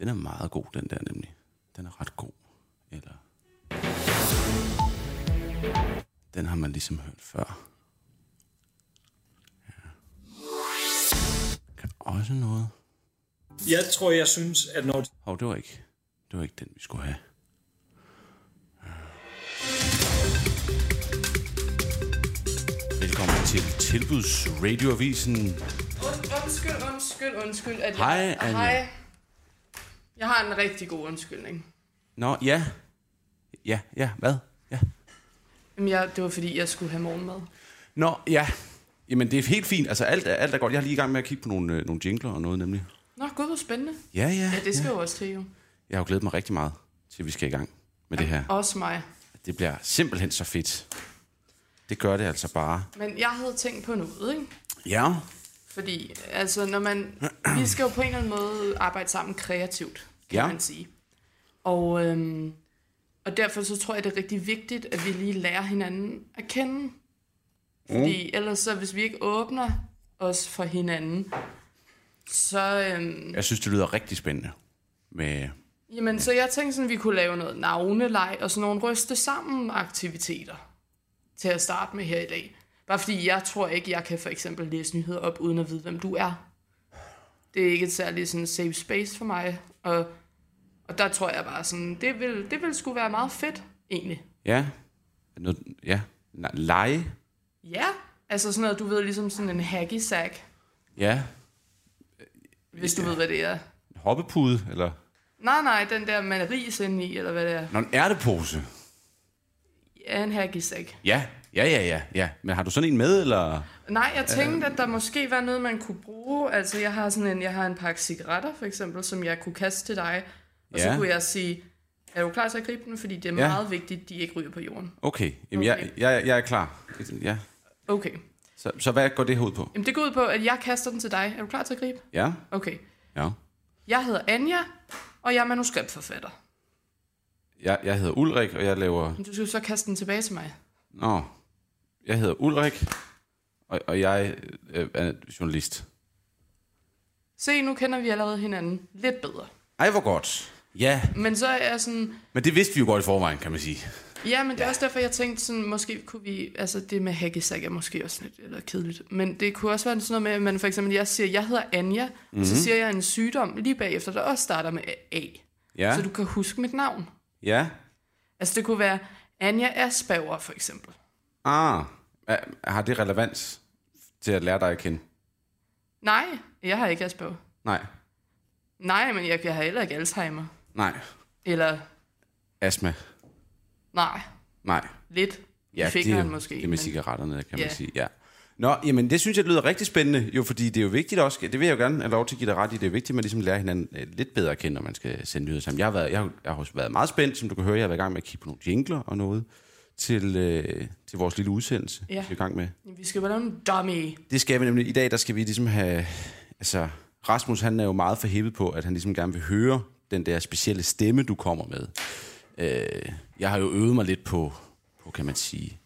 Den er meget god, den der nemlig. Den er ret god. Eller... Den har man ligesom hørt før. Ja. Kan også noget. Jeg synes, at når... Det var ikke den, vi skulle have. Velkommen til Tilbudsradioavisen. Undskyld. Hej, Anja. Hej. Jeg har en rigtig god undskyldning. Nå, ja. Ja, hvad? Ja. Jamen, det var fordi, jeg skulle have morgenmad. Nå, ja. Jamen, det er helt fint. Altså, alt er godt. Jeg er lige i gang med at kigge på nogle jingler og noget, nemlig. Nå, gud, hvor spændende. Ja. Ja, det skal jo også til, jo. Jeg har jo glædet mig rigtig meget til, at vi skal i gang med det her. Også mig. Det bliver simpelthen så fedt. Det gør det altså bare. Men jeg havde tænkt på noget, ikke? Ja. Fordi, altså, vi skal jo på en eller anden måde arbejde sammen kreativt, kan man sige. Og derfor så tror jeg, det er rigtig vigtigt, at vi lige lærer hinanden at kende. Fordi ellers så, hvis vi ikke åbner os for hinanden, så... Jeg synes, det lyder rigtig spændende. Jamen, så jeg tænkte sådan, at vi kunne lave noget navneleg og sådan nogle ryste sammen aktiviteter til at starte med her i dag. Bare fordi jeg tror ikke, jeg kan for eksempel læse nyheder op, uden at vide, hvem du er. Det er ikke et særligt sådan safe space for mig. Og der tror jeg bare sådan, det vil sgu være meget fedt, egentlig. Ja. Lege. Ja, altså sådan noget, du ved, ligesom sådan en hacky sack. Ja. Hvis du ved, hvad det er. Hoppepude, eller? Nej, den der med ris inde i, eller hvad det er. Nå, en ærtepose. Ja, en hacky sack. Ja. Men har du sådan en med, eller? Nej, jeg tænkte, at der måske var noget, man kunne bruge. Altså, jeg har en pakke cigaretter, for eksempel, som jeg kunne kaste til dig. Og så kunne jeg sige, er du klar til at gribe den? Fordi det er meget vigtigt, at de ikke ryger på jorden. Okay, jamen okay. Jeg er klar. Ja. Okay. Så hvad går det her ud på? Jamen, det går ud på, at jeg kaster den til dig. Er du klar til at gribe? Ja. Okay. Ja. Jeg hedder Anja, og jeg er manuskriptforfatter. Jeg hedder Ulrik, og jeg laver... Du skal så kaste den tilbage til mig. Nå, jeg hedder Ulrik, og jeg er journalist. Se, nu kender vi allerede hinanden lidt bedre. Ej, hvor godt. Ja. Men så er jeg sådan... Men det vidste vi jo godt i forvejen, kan man sige. Ja, men det er også derfor, jeg tænkte sådan, måske kunne vi... Altså, det med hacky-sack er måske også lidt eller kedeligt. Men det kunne også være sådan noget med, at man for eksempel, jeg siger, jeg hedder Anja, og så siger jeg en sygdom lige bagefter, der også starter med A. Ja. Så du kan huske mit navn. Ja. Altså, det kunne være Anja Asperger, for eksempel. Har det relevans til at lære dig at kende? Nej, jeg har ikke Asperger. Nej, men jeg har heller ikke Alzheimer. Nej. Eller... Astma? Nej. Lidt. Ja, I fingeren måske. Det med cigaretterne, kan man sige, ja. Nå, jamen det synes jeg lyder rigtig spændende, jo, fordi det er jo vigtigt også, det vil jeg jo gerne have lov til at give dig ret i, det er vigtigt, at man ligesom lærer hinanden lidt bedre at kende, når man skal sende nyheder sammen. Jeg har også været meget spændt, som du kan høre, jeg har været i gang med at kigge på nogle jingler og noget til vores lille udsendelse, vi er i gang med. Vi skal være en dummy. Det skal vi nemlig. I dag, der skal vi ligesom have, altså Rasmus, han er jo meget forhævet på, at han ligesom gerne vil høre den der specielle stemme, du kommer med. Jeg har jo øvet mig lidt på kan man sige,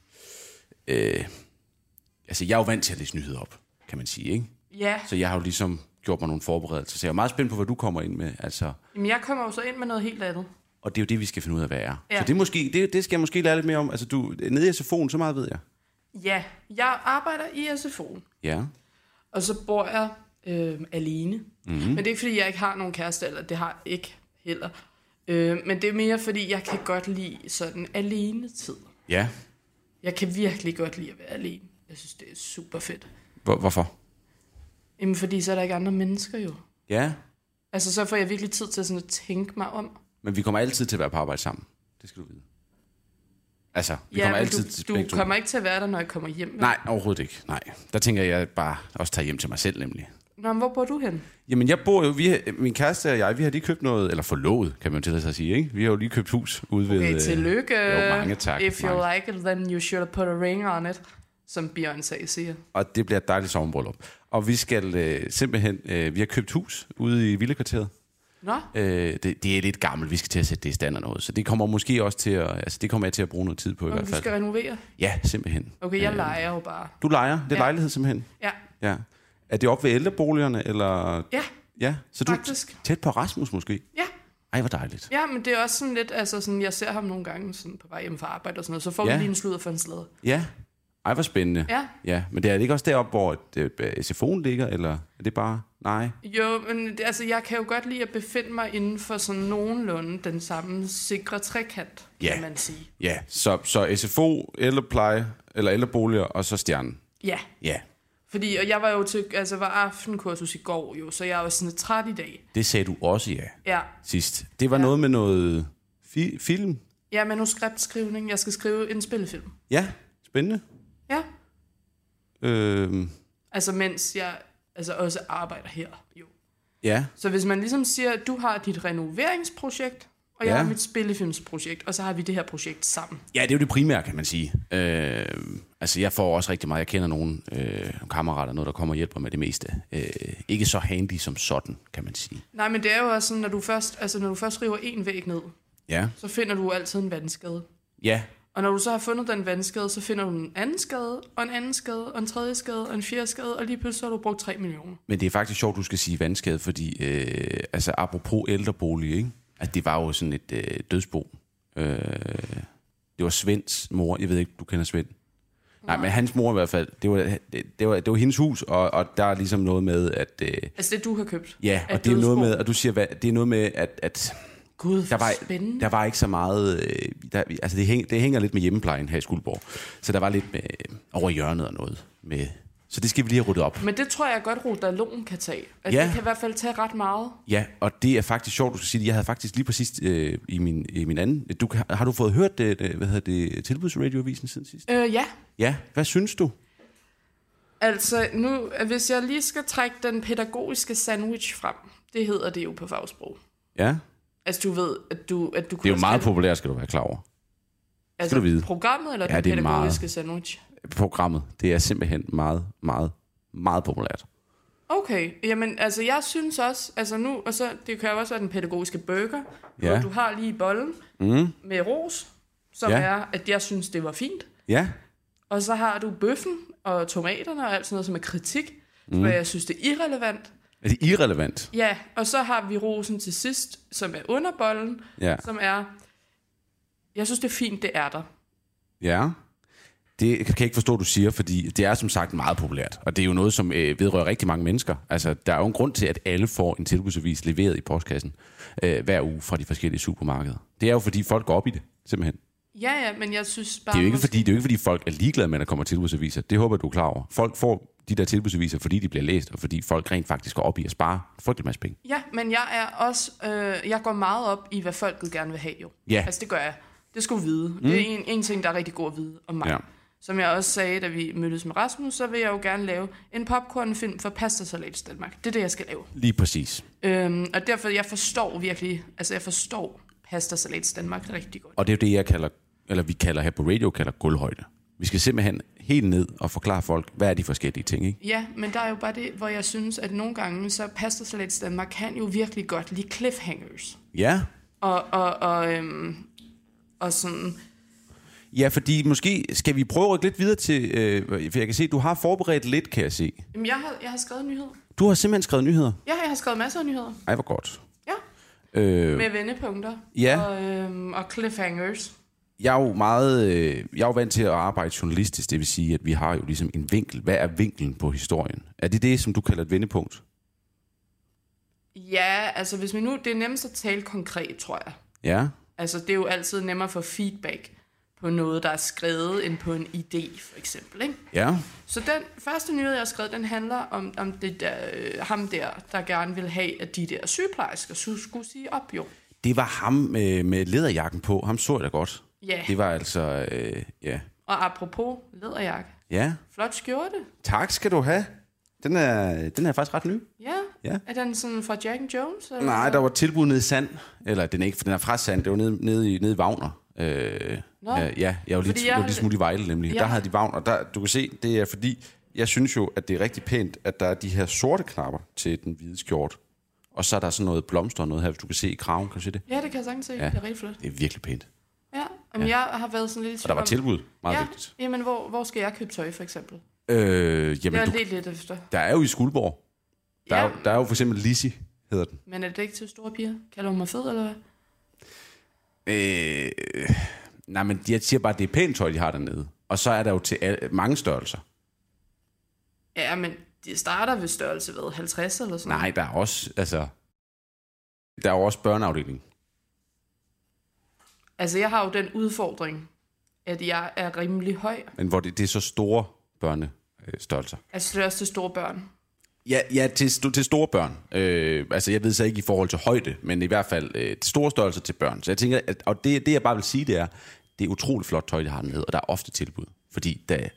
altså, jeg er jo vant til at læse nyheder op, kan man sige, ikke? Ja. Så jeg har jo ligesom gjort mig nogle forberedelser. Så jeg er meget spændt på, hvad du kommer ind med. Altså. Jamen, jeg kommer jo så ind med noget helt andet. Og det er jo det, vi skal finde ud af, hvad er. Ja. Så det skal jeg måske lære lidt mere om. Altså, du nede i SFO'en, så meget ved jeg. Ja, jeg arbejder i SFO'en. Ja. Og så bor jeg alene. Mm-hmm. Men det er ikke, fordi jeg ikke har nogen kæreste, eller det har jeg ikke heller. Men det er mere, fordi jeg kan godt lide sådan alene tid. Ja. Jeg kan virkelig godt lide at være alene. Jeg synes, det er super fedt. Hvorfor? Jamen, fordi så er der ikke andre mennesker jo. Ja. Altså, så får jeg virkelig tid til sådan at tænke mig om. Men vi kommer altid til at være på arbejde sammen. Det skal du vide. Altså, vi ja, kommer altid til du kommer ikke til at være der, når jeg kommer hjem. Med. Nej, overhovedet ikke. Nej. Der tænker jeg bare også tager hjem til mig selv, nemlig. Nå, men hvor bor du hen? Jamen, jeg bor jo... min kæreste og jeg, vi har lige købt noget... Eller forlovet, kan man til at sige, ikke? Vi har jo lige købt hus ude ved... Okay, tillykke. Jo, mange tak. If you like it, then you should put a ring on it, som Beyoncé siger. Og det bliver et dejligt sommerbryllup. Og vi skal simpelthen... vi har købt hus ude i Villekvarteret. Nå? Det er lidt gammelt, vi skal til at sætte det i stand og noget. Så det kommer måske også til at... Altså, det kommer jeg til at bruge noget tid på i hvert fald. Du skal renovere? Ja, simpelthen. Okay, jeg lejer jo bare. Du lejer? Det er lejlighed simpelthen? Ja. Ja. Er det op ved ældreboligerne, eller... Ja. Ja, så faktisk. Du er tæt på Rasmus måske? Ja. Ej, hvor dejligt. Ja, men det er også sådan lidt, altså sådan, jeg ser ham nogle gange sådan på vej hjem fra arbejde og sådan noget, så får vi lige en sludder for en slæde. Ja. Ej, hvor spændende. Ja, men det er ikke også deroppe, hvor SFO'en ligger, eller er det bare... Nej. Jo, men altså, jeg kan jo godt lide at befinde mig inden for sådan nogenlunde den samme sikre trekant, kan man sige. Ja, så SFO, ældrepleje, eller ældreboliger, og så Stjernen. Ja. Ja. Fordi, og jeg var jo var aftenkursus i går jo, så jeg var sådan lidt træt i dag. Det sagde du også, ja. Sidst. Det var noget med noget film? Ja, manuskriptskrivning. Jeg skal skrive en spillefilm. Ja, spændende. Ja. Altså, mens jeg også arbejder her, jo. Ja. Så hvis man ligesom siger, at du har dit renoveringsprojekt, og jeg har mit spillefilmsprojekt, og så har vi det her projekt sammen. Ja, det er jo det primære, kan man sige. Altså, jeg får også rigtig meget. Jeg kender nogle kammerater, der kommer og hjælper med det meste. Ikke så handy som sådan, kan man sige. Nej, men det er jo også sådan, når du først river en væg ned, så finder du altid en vandskade. Ja. Og når du så har fundet den vandskade, så finder du en anden skade, og en anden skade, og en tredje skade, og en fjerde skade, og lige pludselig har du brugt 3 millioner. Men det er faktisk sjovt, du skal sige vandskade, fordi altså apropos ældrebolig, ikke? Altså, det var jo sådan et dødsbo. Det var Svends mor. Jeg ved ikke, du kender Svend. Nej, men hans mor i hvert fald. Det var hendes hus, og der er ligesom noget med, at... altså det, du har købt? Ja, og det er noget med, og du siger, det er noget med, at Gud, spændende. Der var ikke så meget... altså, det hænger lidt med hjemmeplejen her i Skuldborg. Så der var lidt med, over hjørnet og noget med... Så det skal vi lige have ryddet op. Men det tror jeg godt, Rodalon kan tage. Altså, det kan i hvert fald tage ret meget. Ja, og det er faktisk sjovt, du skal sige det. Jeg havde faktisk lige præcis i min anden... Har du fået hørt tilbudsradioavisen siden sidst? Ja. Ja, hvad synes du? Altså, nu, hvis jeg lige skal trække den pædagogiske sandwich frem, det hedder det jo på fagsprog. Ja. Altså, du ved, at du det er jo meget populært, skal du være klar over. Altså, skal du vide. Programmet eller den pædagogiske meget... sandwich? Programmet. Det er simpelthen meget, meget, meget populært. Okay, jamen altså jeg synes også, altså nu, og så det kan jo også være den pædagogiske burger, hvor du har lige bollen med ros, som er, at jeg synes, det var fint. Ja. Og så har du bøffen og tomaterne og alt sådan noget, som er kritik, hvor jeg synes, det er irrelevant. Er det irrelevant? Ja, og så har vi rosen til sidst, som er under bollen, som er, jeg synes, det er fint, det er der. Ja. Det kan jeg ikke forstå, du siger, fordi det er som sagt meget populært. Og det er jo noget, som vedrører rigtig mange mennesker. Altså, der er jo en grund til, at alle får en tilbudsavis leveret i postkassen hver uge fra de forskellige supermarkeder. Det er jo, fordi folk går op i det, simpelthen. Ja, men jeg synes bare... Det er jo ikke, fordi folk er ligeglade med, at der kommer tilbudsaviser. Det håber du er klar over. Folk får de der tilbudsaviser, fordi de bliver læst, og fordi folk rent faktisk går op i at spare frygtelig masse penge. Ja, men jeg er også... jeg går meget op i, hvad folket gerne vil have, jo. Ja. Altså, det gør jeg. Det skulle vide. Det er en ting, der er rigtig god at vide om mig. Ja. Som jeg også sagde, da vi mødtes med Rasmus, så vil jeg jo gerne lave en popcornfilm for Pasta Salats Danmark. Det er det, jeg skal lave. Lige præcis. Og derfor, jeg forstår Pasta Salats Danmark rigtig godt. Og det er jo det, vi kalder her på radio, gulvhøjde. Vi skal simpelthen helt ned og forklare folk, hvad er de forskellige ting, ikke? Ja, men der er jo bare det, hvor jeg synes, at nogle gange, så Pasta Salats Danmark kan jo virkelig godt lide cliffhangers. Ja. Og sådan... Ja, fordi måske skal vi prøve at rykke lidt videre til... for jeg kan se, at du har forberedt lidt, kan jeg se. Jamen, jeg har skrevet nyheder. Du har simpelthen skrevet nyheder? Ja, jeg har skrevet masser af nyheder. Ej, hvor godt. Ja. Med vendepunkter. Ja. Og cliffhangers. Jeg er jo vant til at arbejde journalistisk, det vil sige, at vi har jo ligesom en vinkel. Hvad er vinklen på historien? Er det, som du kalder et vendepunkt? Ja, altså hvis vi nu... Det er nemmest at tale konkret, tror jeg. Ja. Altså, det er jo altid nemmere at få feedback på noget, der er skrevet, end på en idé, for eksempel, ikke? Ja. Så den første nyhed, jeg har skrevet, den handler om det der, ham der gerne vil have, at de der sygeplejersker skulle sige op, jo. Det var ham med læderjakken på. Ham så jeg da godt. Ja. Det var altså, ja. Og apropos læderjakke. Ja. Flot skjorte. Tak skal du have. Den er faktisk ret ny. Ja. Er den sådan fra Jack & Jones? Eller? Nej, der var tilbud nede i Sand. Eller den er ikke, for den er fra Sand. Det var nede i Wagner. Ja, jeg var lige smut i Vejle nemlig. Ja. Der havde de Wagner. Du kan se, det er fordi, jeg synes jo, at det er rigtig pænt, at der er de her sorte knapper til den hvide skjorte. Og så er der sådan noget blomster og noget her, hvis du kan se i kraven. Kan du se det? Ja, det kan jeg sagtens se. Ja. Det er rigtig flot. Det er virkelig pænt. Ja, men jeg har været sådan lidt... Og der var tilbud. Meget vigtigt. Jamen, hvor skal jeg købe tøj, for eksempel? Jamen, det er lidt efter. Der er jo i Skuldborg. Der er jo for eksempel Lizzie. hedder den. Men er det ikke til store piger? Kalder hun mig fed, eller hvad? Nej, men jeg siger bare, at det er pænt tøj, de har dernede. Og så er der jo til mange størrelser. Ja, men de starter ved størrelse, 50 eller sådan. Nej, der er også, der er jo også børneafdeling. Altså, jeg har jo den udfordring, at jeg er rimelig høj. Men hvor det er så store børnestørrelser. Altså, det er også til store børn. Ja, til store børn. Altså, jeg ved så ikke i forhold til højde, men i hvert fald store størrelser til børn. Så jeg tænker, og det jeg bare vil sige, det er utroligt flot tøj, de har dernede, og der er ofte tilbud. Fordi der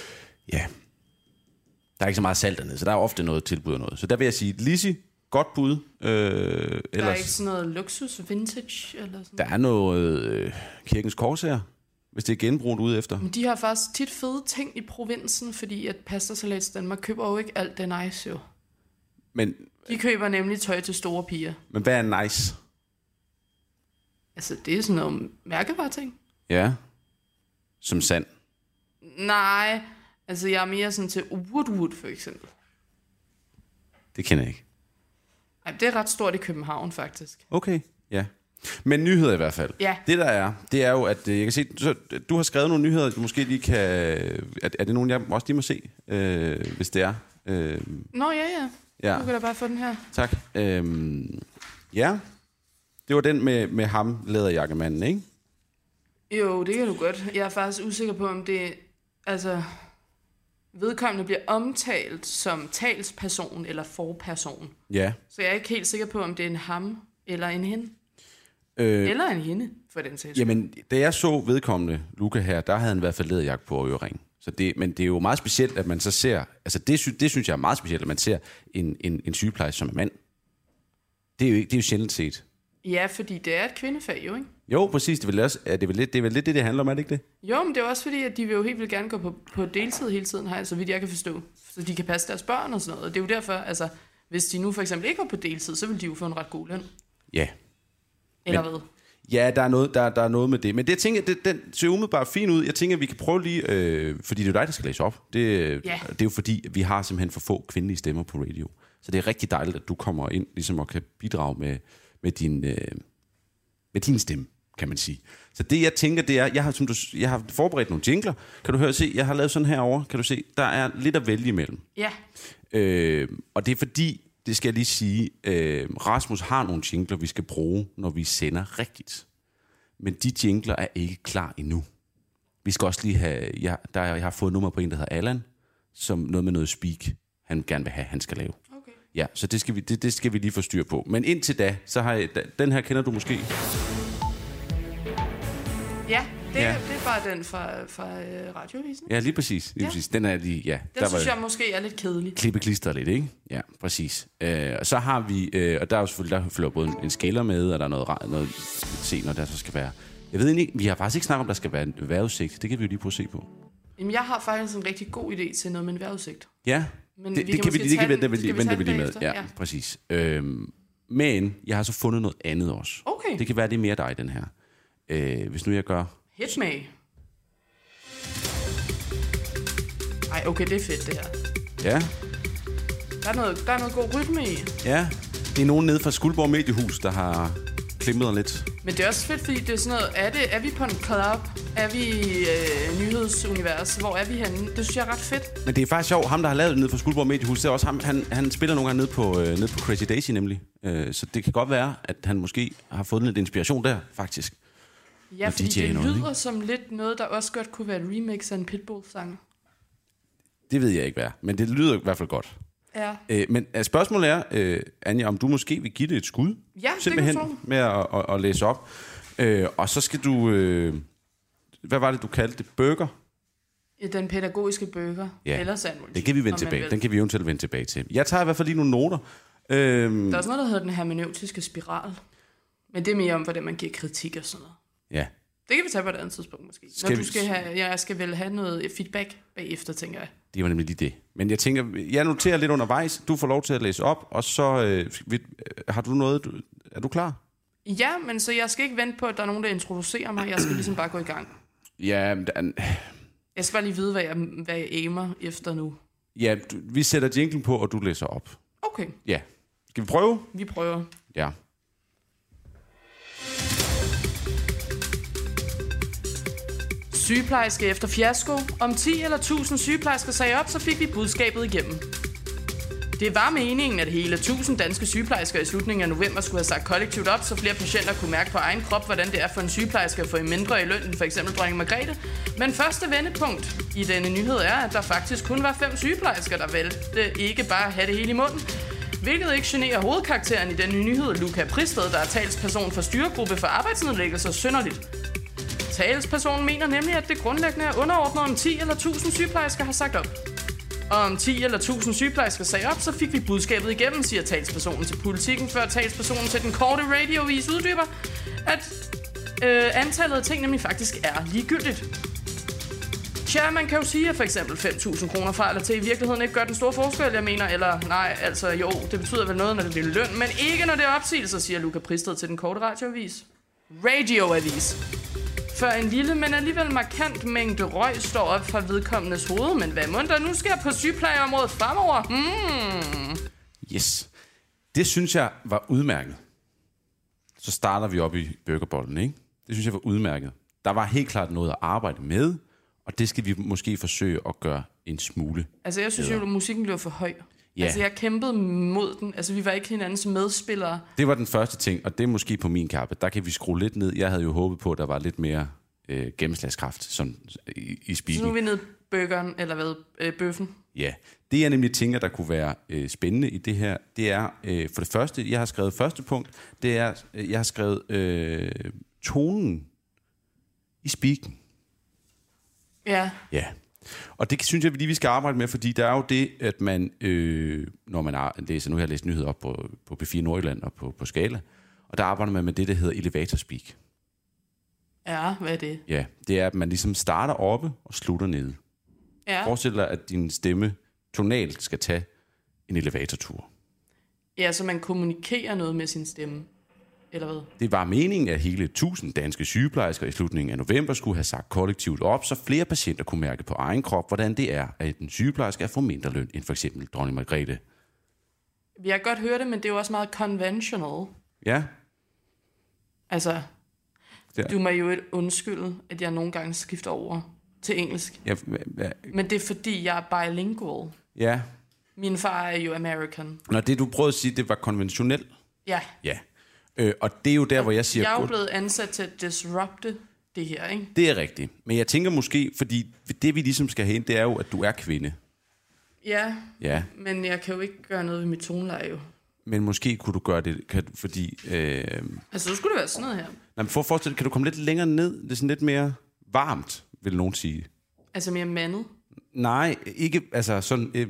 er ikke så meget salg dernede, så der er ofte noget tilbud og noget. Så der vil jeg sige, Lizzie, godt bud. Der er ikke sådan noget luksus, vintage eller sådan. Der er noget Kirkens Korsager, hvis det er genbrugt ude efter. Men de har faktisk tit fede ting i provinsen, fordi at Pastasalats Danmark køber jo ikke alt det nice jo. Men de køber nemlig tøj til store piger. Men hvad er nice? Altså, det er sådan noget mærkevareting. Ja. Som sand. Nej, altså jeg er mere sådan til Woodwood for eksempel. Det kender jeg ikke. Ej, det er ret stort i København faktisk. Okay, ja. Men nyheder i hvert fald. Ja. Det der er, det er jo, at jeg kan se, du har skrevet nogle nyheder, du måske lige kan... Er det nogen, jeg også lige må se, hvis det er? Nå, ja. Du kan da bare få den her. Tak. Ja, det var den med ham, læderjakkemanden, ikke? Jo, det kan du godt. Jeg er faktisk usikker på, om det... Altså, vedkommende bliver omtalt som talsperson eller forperson. Ja. Så jeg er ikke helt sikker på, om det er en ham eller en hende. Eller en hende, for den sags. Jamen, da jeg så vedkommende, Luca her, der havde han i hvert fald læderjakke på og ørering. Men det er jo meget specielt, at man så ser... Altså, det synes jeg er meget specielt, at man ser en sygeplejerske som en mand. Det er jo sjældent set. Ja, fordi det er et kvindefag, jo, ikke? Jo, præcis. Det er vel lidt det handler om, er det ikke det? Jo, men det er også fordi, at de vil jo helt vildt gerne gå på deltid hele tiden, her, så vidt jeg kan forstå. Så de kan passe deres børn og sådan noget. Og det er jo derfor, altså, hvis de nu for eksempel ikke var på deltid, så vil de jo få en ret god løn. Ja. Eller hvad? Ja, der er noget med det. Men det, jeg tænker, den ser umiddelbart fint ud. Jeg tænker, vi kan prøve lige... fordi det er jo dig, der skal læse op. Det er jo fordi, vi har simpelthen for få kvindelige stemmer på radio. Så det er rigtig dejligt, at du kommer ind ligesom, og kan bidrage med din stemme, kan man sige. Så det, jeg tænker, det er... Jeg har forberedt nogle jingler. Kan du høre se? Jeg har lavet sådan herover. Kan du se? Der er lidt at vælge imellem. Ja. Og det er fordi... Det skal jeg lige sige, Rasmus har nogle jingler, vi skal bruge, når vi sender rigtigt. Men de jingler er ikke klar endnu. Vi skal også lige have... Jeg har fået nummer på en, der hedder Allan, som noget med noget speak, han gerne vil have, han skal lave. Okay. Ja, så det skal vi lige få styr på. Men indtil da, så har jeg... Den her kender du måske? Ja, det er bare den fra Radioavisen. Ja, lige præcis. Præcis. Den er lige... Ja, den synes jeg måske er lidt kedelig. Klippe-klister lidt, ikke? Ja, præcis. Og så har vi... og der er jo selvfølgelig... Der følger både en skala med, og der er noget se, når der så skal være... Jeg ved ikke... Vi har faktisk ikke snakket om, der skal være en vejrudsigt. Det kan vi jo lige prøve at se på. Jamen, jeg har faktisk en rigtig god idé til noget med en vejrudsigt. Ja, men det kan vi lige med. Ja, præcis. Men jeg har så fundet noget andet også. Okay. Det kan være, det er mere dig, den her. Hvis nu jeg gør... Hit me. Ej, okay, det er fedt, det her. Ja. Der er noget god rytme i. Ja, det er nogen nede fra Skuldborg Mediehus, der har klippet lidt. Men det er også fedt, fordi det er sådan noget... Er vi på en club? Er vi i nyhedsunivers? Hvor er vi henne? Det synes jeg er ret fedt. Men det er faktisk sjovt. Ham, der har lavet det nede fra Skuldborg Mediehus, det er også ham. Han spiller nogle gange nede på Crazy Daisy, nemlig. Så det kan godt være, at han måske har fået lidt inspiration der, faktisk. Ja, fordi det lyder som lidt noget, der også godt kunne være et remix af en Pitbull-sang. Det ved jeg ikke hvad, men det lyder i hvert fald godt. Ja. Men spørgsmålet er, Anja, om du måske vil give det et skud? Ja, simpelthen, det kan du. med at læse op. Og så skal du... hvad var det, du kaldte det? Burger? Den pædagogiske burger. Ja. Eller sandwich. Det kan vi vende tilbage. Den kan vi eventuelt vende tilbage til. Jeg tager i hvert fald lige nogle noter. Der er også noget, der hedder den hermeneutiske spiral. Men det er mere om, hvordan man giver kritik og sådan noget. Ja. Det kan vi tage på et andet tidspunkt måske. Jeg skal vel have noget feedback bagefter, tænker jeg. Det var nemlig lige det. Men jeg tænker, jeg noterer lidt undervejs. Du får lov til at læse op, og så har du noget... Er du klar? Ja, men så jeg skal ikke vente på, at der er nogen, der introducerer mig. Jeg skal ligesom bare gå i gang. Ja, jeg skal bare lige vide, hvad jeg aimer efter nu. Ja, vi sætter jinglen på, og du læser op. Okay. Ja. Skal vi prøve? Vi prøver. Ja. Sygeplejerske efter fiasko. Om 10 eller 1000 sygeplejersker sagde op, så fik vi budskabet igennem. Det var meningen, at hele 1000 danske sygeplejersker i slutningen af november skulle have sagt kollektivt op, så flere patienter kunne mærke på egen krop, hvordan det er for en sygeplejerske at få mindre i løn end f.eks. dronning Margrethe. Men første vendepunkt i denne nyhed er, at der faktisk kun var 5 sygeplejersker, der valgte ikke bare at have det hele i munden. Hvilket ikke generer hovedkarakteren i denne nyhed, Luca Pristed, der er talsperson for styregruppe for arbejdsnedlæggelser, synderligt. Talspersonen mener nemlig, at det grundlæggende er underordnet, om 10 eller 1000 sygeplejersker har sagt op. Og om 10 eller 1000 sygeplejersker sagde op, så fik vi budskabet igennem, siger talspersonen til Politikken, før talspersonen til den korte radiovis uddyber, at antallet af ting nemlig faktisk er ligegyldigt. Tja, man kan jo sige, at for eksempel 5.000 kroner fra eller til i virkeligheden ikke gør den store forskel, jeg mener, eller nej, altså jo, det betyder vel noget, når det bliver løn, men ikke når det er opsigelser, siger Luca Pristed til den korte radioavis. Radioavis. For en lille, men alligevel markant mængde røg står op fra vedkommendes hoved. Men hvad må der nu sker på sygeplejeområdet fremover? Yes. Det synes jeg var udmærket. Så starter vi op i burgerbollen, ikke? Det synes jeg var udmærket. Der var helt klart noget at arbejde med, og det skal vi måske forsøge at gøre en smule. Altså jeg synes jo, at musikken blev for høj. Ja. Altså jeg kæmpede mod den. Altså vi var ikke hinandens medspillere. Det var den første ting, og det er måske på min kappe. Der kan vi skrue lidt ned. Jeg havde jo håbet på, at der var lidt mere gennemslagskraft som, i speaking. Så nu er vi nede burgeren, eller hvad? Bøffen. Ja, det jeg nemlig tænker, der kunne være spændende i det her, det er for det første, jeg har skrevet første punkt, det er, jeg har skrevet tonen i speaking. Ja. Ja. Og det synes jeg lige, vi skal arbejde med, fordi der er jo det, at man, når man læser, nu har jeg læst nyheder op på P4 Nordjylland og på Skala, og der arbejder man med det, der hedder elevator speak. Ja, hvad er det? Ja, det er, at man ligesom starter oppe og slutter nede. Ja. Forestil dig, at din stemme tonalt skal tage en elevatortur. Ja, så man kommunikerer noget med sin stemme. Eller hvad? Det var meningen, at hele 1000 danske sygeplejersker i slutningen af november skulle have sagt kollektivt op, så flere patienter kunne mærke på egen krop, hvordan det er, at en sygeplejerske er få mindre løn end for eksempel dronning Margrethe. Jeg kan godt høre det, men det er jo også meget conventional. Ja. Altså, ja. Du må jo undskylde, at jeg nogle gange skifter over til engelsk. Ja. Men det er fordi, jeg er bilingual. Ja. Min far er jo American. Når det, du prøvede at sige, det var konventionelt? Ja. Ja. Og det er jo der, hvor jeg siger... Jeg er jo blevet ansat til at disrupte det her, ikke? Det er rigtigt. Men jeg tænker måske, fordi det vi ligesom skal have ind, det er jo, at du er kvinde. Ja. Ja. Men jeg kan jo ikke gøre noget ved mit toneleje jo. Men måske kunne du gøre det, fordi... Altså, så skulle det være sådan noget her. Nej, men for at forestille, kan du komme lidt længere ned? Det er sådan lidt mere varmt, vil nogen sige. Altså mere mandet? Nej, ikke... Altså sådan...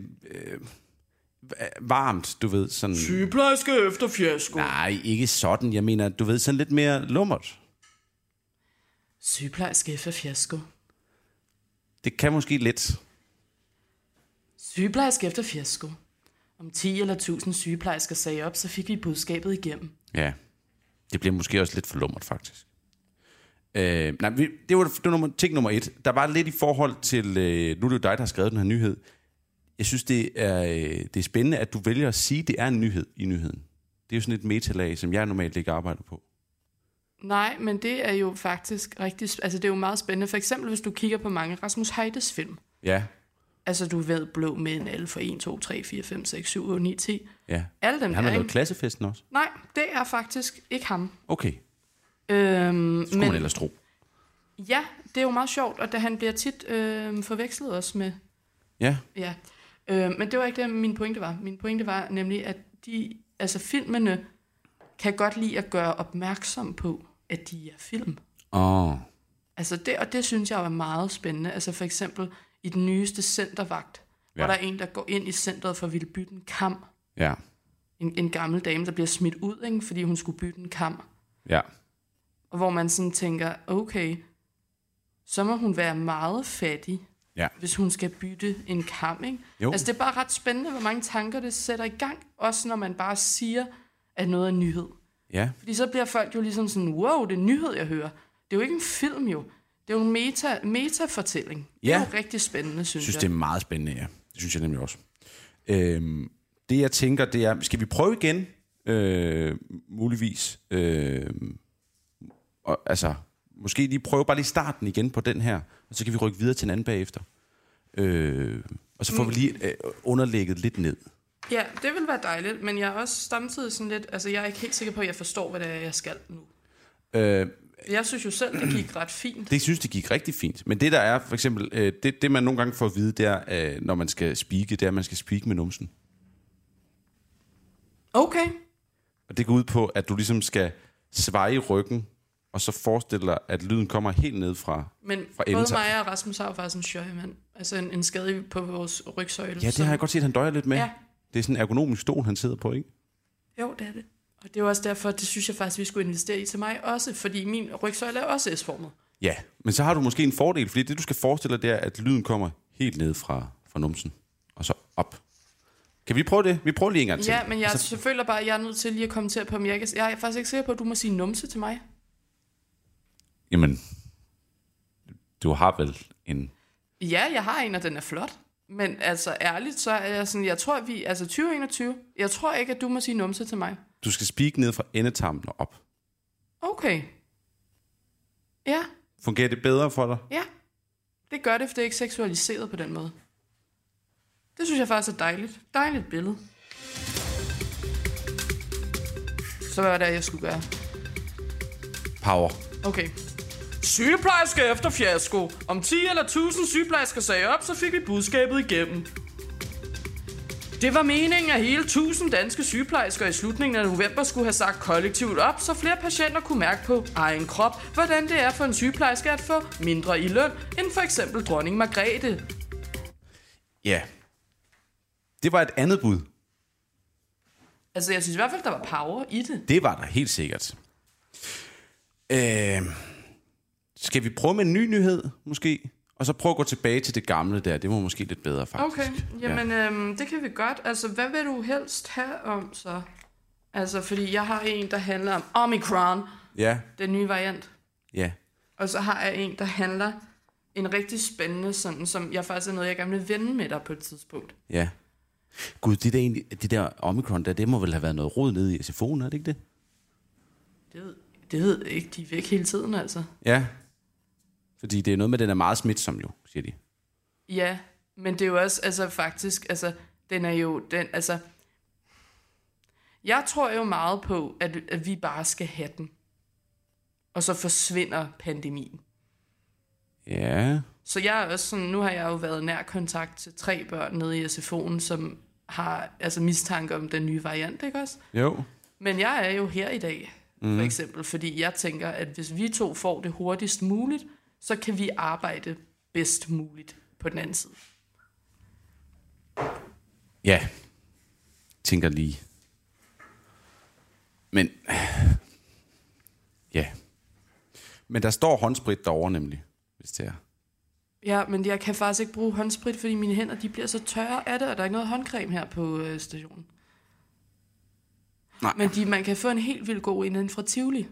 varmt, du ved, sådan... Sygeplejerske efter fiasko. Nej, ikke sådan. Jeg mener, du ved, sådan lidt mere lummert. Sygeplejerske efter fiasko. Det kan måske lidt. Sygeplejerske efter fiasko. Om 10 eller 1000 sygeplejersker sagde op, så fik vi budskabet igennem. Ja, det bliver måske også lidt for lummert, faktisk. Nej, det var ting nummer 1. Der var lidt i forhold til... nu er det jo dig, der har skrevet den her nyhed. Jeg synes, det er spændende, at du vælger at sige, at det er en nyhed i nyheden. Det er jo sådan et metalag, som jeg normalt ikke arbejder på. Nej, men det er jo faktisk rigtig... Altså, det er jo meget spændende. For eksempel, hvis du kigger på mange Rasmus Heides film. Ja. Altså, du ved, Blå Mænd, alle for 1, 2, 3, 4, 5, 6, 7, 8, 9, 10. Ja. Alle dem han har der, lavet Klassefesten også? Nej, det er faktisk ikke ham. Okay. Skulle man ellers tro. Ja, det er jo meget sjovt, og han bliver tit forvekslet også med... Ja. Ja. Men det var ikke det, min pointe var. Min pointe var nemlig, at filmene kan godt lide at gøre opmærksom på, at de er film. Altså det synes jeg var meget spændende. Altså for eksempel i den nyeste Centervagt, hvor der er en, der går ind i centret for at ville bytte en kam. Ja. En gammel dame, der bliver smidt ud, ikke? Fordi hun skulle bytte en kam. Ja. Og hvor man sådan tænker, okay, så må hun være meget fattig, hvis hun skal bytte en kam, ikke? Jo. Altså det er bare ret spændende, hvor mange tanker det sætter i gang, også når man bare siger, at noget er nyhed. Ja. Fordi så bliver folk jo ligesom sådan, wow, det er nyhed, jeg hører. Det er jo ikke en film jo. Det er jo en metafortælling. Ja. Det er jo rigtig spændende, synes jeg. Jeg synes, det er meget spændende, ja. Det synes jeg nemlig også. Det jeg tænker, det er, skal vi prøve igen muligvis. Og, altså, måske lige prøve bare lige starten igen på den her, og så kan vi rykke videre til en anden bagefter. Og så får vi lige underlægget lidt ned. Ja, det vil være dejligt, men jeg er også samtidig sådan lidt... Altså, jeg er ikke helt sikker på, at jeg forstår, hvad det er, jeg skal nu. Jeg synes jo selv, det gik ret fint. Det synes, det gik rigtig fint. Men det, der er for eksempel... det, man nogle gange får at vide, det er, når man skal speake, det er, at man skal speake med numsen. Okay. Og det går ud på, at du ligesom skal sveje ryggen, og så forestille dig, at lyden kommer helt ned fra Men fra både mig og Rasmus har jo faktisk en sjøjemand. Altså en skade på vores rygsøjle. Ja, det har jeg godt set, han døjer lidt med. Ja. Det er sådan en ergonomisk stol, han sidder på, ikke? Jo, det er det. Og det er også derfor, det synes jeg faktisk, vi skulle investere i til mig også, fordi min rygsøjle er også S-formet. Ja, men så har du måske en fordel, fordi det, du skal forestille dig, det er, at lyden kommer helt ned fra numsen, og så op. Kan vi prøve det? Vi prøver lige en gang til. Ja, men jeg føler bare, at jeg er nødt til lige at kommentere på, om jeg er faktisk ikke sikker på, at du må sige numse til mig. Jamen, du har vel en... Ja, jeg har en, og den er flot. Men altså ærligt, så er jeg sådan, jeg tror, 2021, jeg tror ikke, at du må sige numse til mig. Du skal speak ned fra endetarmen og op. Okay. Ja. Fungerer det bedre for dig? Ja, det gør det, for det er ikke seksualiseret på den måde. Det synes jeg faktisk er dejligt. Dejligt billede. Så hvad var det, jeg skulle gøre? Power. Okay. Sygeplejerske efter fiasko. Om 10 eller 1000 sygeplejersker sagde op, så fik vi budskabet igennem. Det var meningen, at hele 1000 danske sygeplejersker i slutningen af november skulle have sagt kollektivt op, så flere patienter kunne mærke på egen krop, hvordan det er for en sygeplejerske at få mindre i løn, end for eksempel dronning Margrethe. Ja. Det var et andet bud. Altså, jeg synes i hvert fald, der var power i det. Det var der helt sikkert. Skal vi prøve med en ny nyhed, måske? Og så prøve at gå tilbage til det gamle der. Det var måske lidt bedre, faktisk. Okay, jamen det kan vi godt. Altså, hvad vil du helst have om så? Altså, fordi jeg har en, der handler om Omicron. Ja. Den nye variant. Ja. Og så har jeg en, der handler en rigtig spændende, sådan, som jeg faktisk er noget, jeg gerne vil vende med dig på et tidspunkt. Ja. Gud, det der Omicron der, det må vel have været noget rod nede i SFO'en, er det ikke det? Det ved jeg ikke. De er væk hele tiden, altså. Ja. Fordi det er noget med, den er meget smitsom jo, siger de. Ja, men det er jo også, altså faktisk, altså, den er jo, altså, jeg tror jo meget på, at vi bare skal have den. Og så forsvinder pandemien. Ja. Så jeg er også sådan, nu har jeg jo været nær kontakt til 3 børn nede i SFO'en, som har altså mistanke om den nye variant, ikke også? Jo. Men jeg er jo her i dag, for eksempel, fordi jeg tænker, at hvis vi 2 får det hurtigst muligt, så kan vi arbejde bedst muligt på den anden side. Ja. Tænker lige. Men. Ja. Men der står håndsprit derovre nemlig, hvis det er. Ja, men jeg kan faktisk ikke bruge håndsprit, fordi mine hænder de bliver så tørre af det, og der er ikke noget håndcreme her på stationen. Nej. Men man kan få en helt vildt god inden fra Tivoli.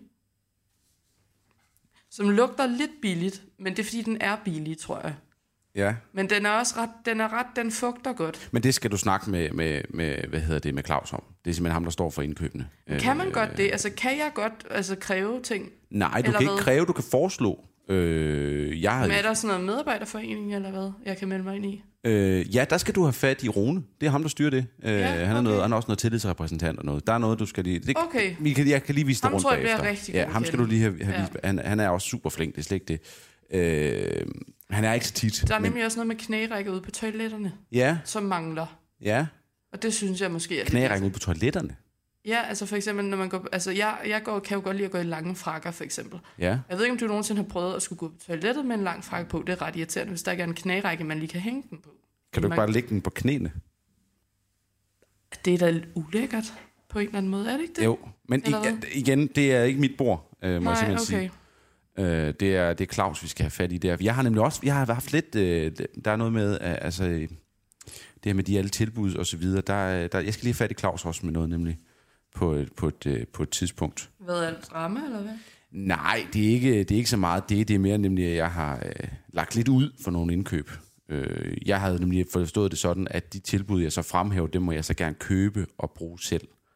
Som lugter lidt billigt, men det er fordi, den er billig, tror jeg. Ja. Men den er også den fugter godt. Men det skal du snakke med Claus om. Det er simpelthen ham, der står for indkøbene. Kan man godt det? Altså, kan jeg godt kræve ting? Nej, du kan ikke kræve, du kan foreslå. Men er der sådan noget medarbejderforening, eller hvad, jeg kan melde mig ind i? Ja, der skal du have fat i Rune. Det er ham, der styrer det. Han er også noget tillidsrepræsentant og noget. Der er noget, du skal lige... Okay. Jeg kan lige vise dig rundt bagefter. Ham tror jeg bliver rigtig ham skal du lige have vist. Han er også super flink, det er slet ikke det. Han er ikke så tit. Der er nemlig også noget med knærække ude på toiletterne. Ja. Som mangler. Ja. Og det synes jeg måske er... Knærække ude på toiletterne? Ja, altså for eksempel, når man går... Altså, kan jo godt lide at gå i lange frakker, for eksempel. Ja. Jeg ved ikke, om du nogensinde har prøvet at skulle gå på toilettet med en lang frakke på. Det er ret irriterende, hvis der ikke er en knærække, man lige kan hænge den på. Kan du ikke bare lægge den på knæene? Det er da lidt ulækkert på en eller anden måde, er det ikke det? Jo, men igen, det er ikke mit bord, må jeg simpelthen sige. Det er Claus, vi skal have fat i der. Jeg har nemlig også, jeg har haft lidt, der er noget med, altså, det her med de alle tilbud og så videre, jeg skal lige have fat i Claus også med noget, nemlig på et tidspunkt. Hvad er det, drama, eller hvad? Nej, det er ikke så meget det. Det er mere nemlig, at jeg har lagt lidt ud for nogle indkøb. Jeg havde nemlig forstået det sådan, at de tilbud, jeg så fremhæver, dem må jeg så gerne købe og bruge selv.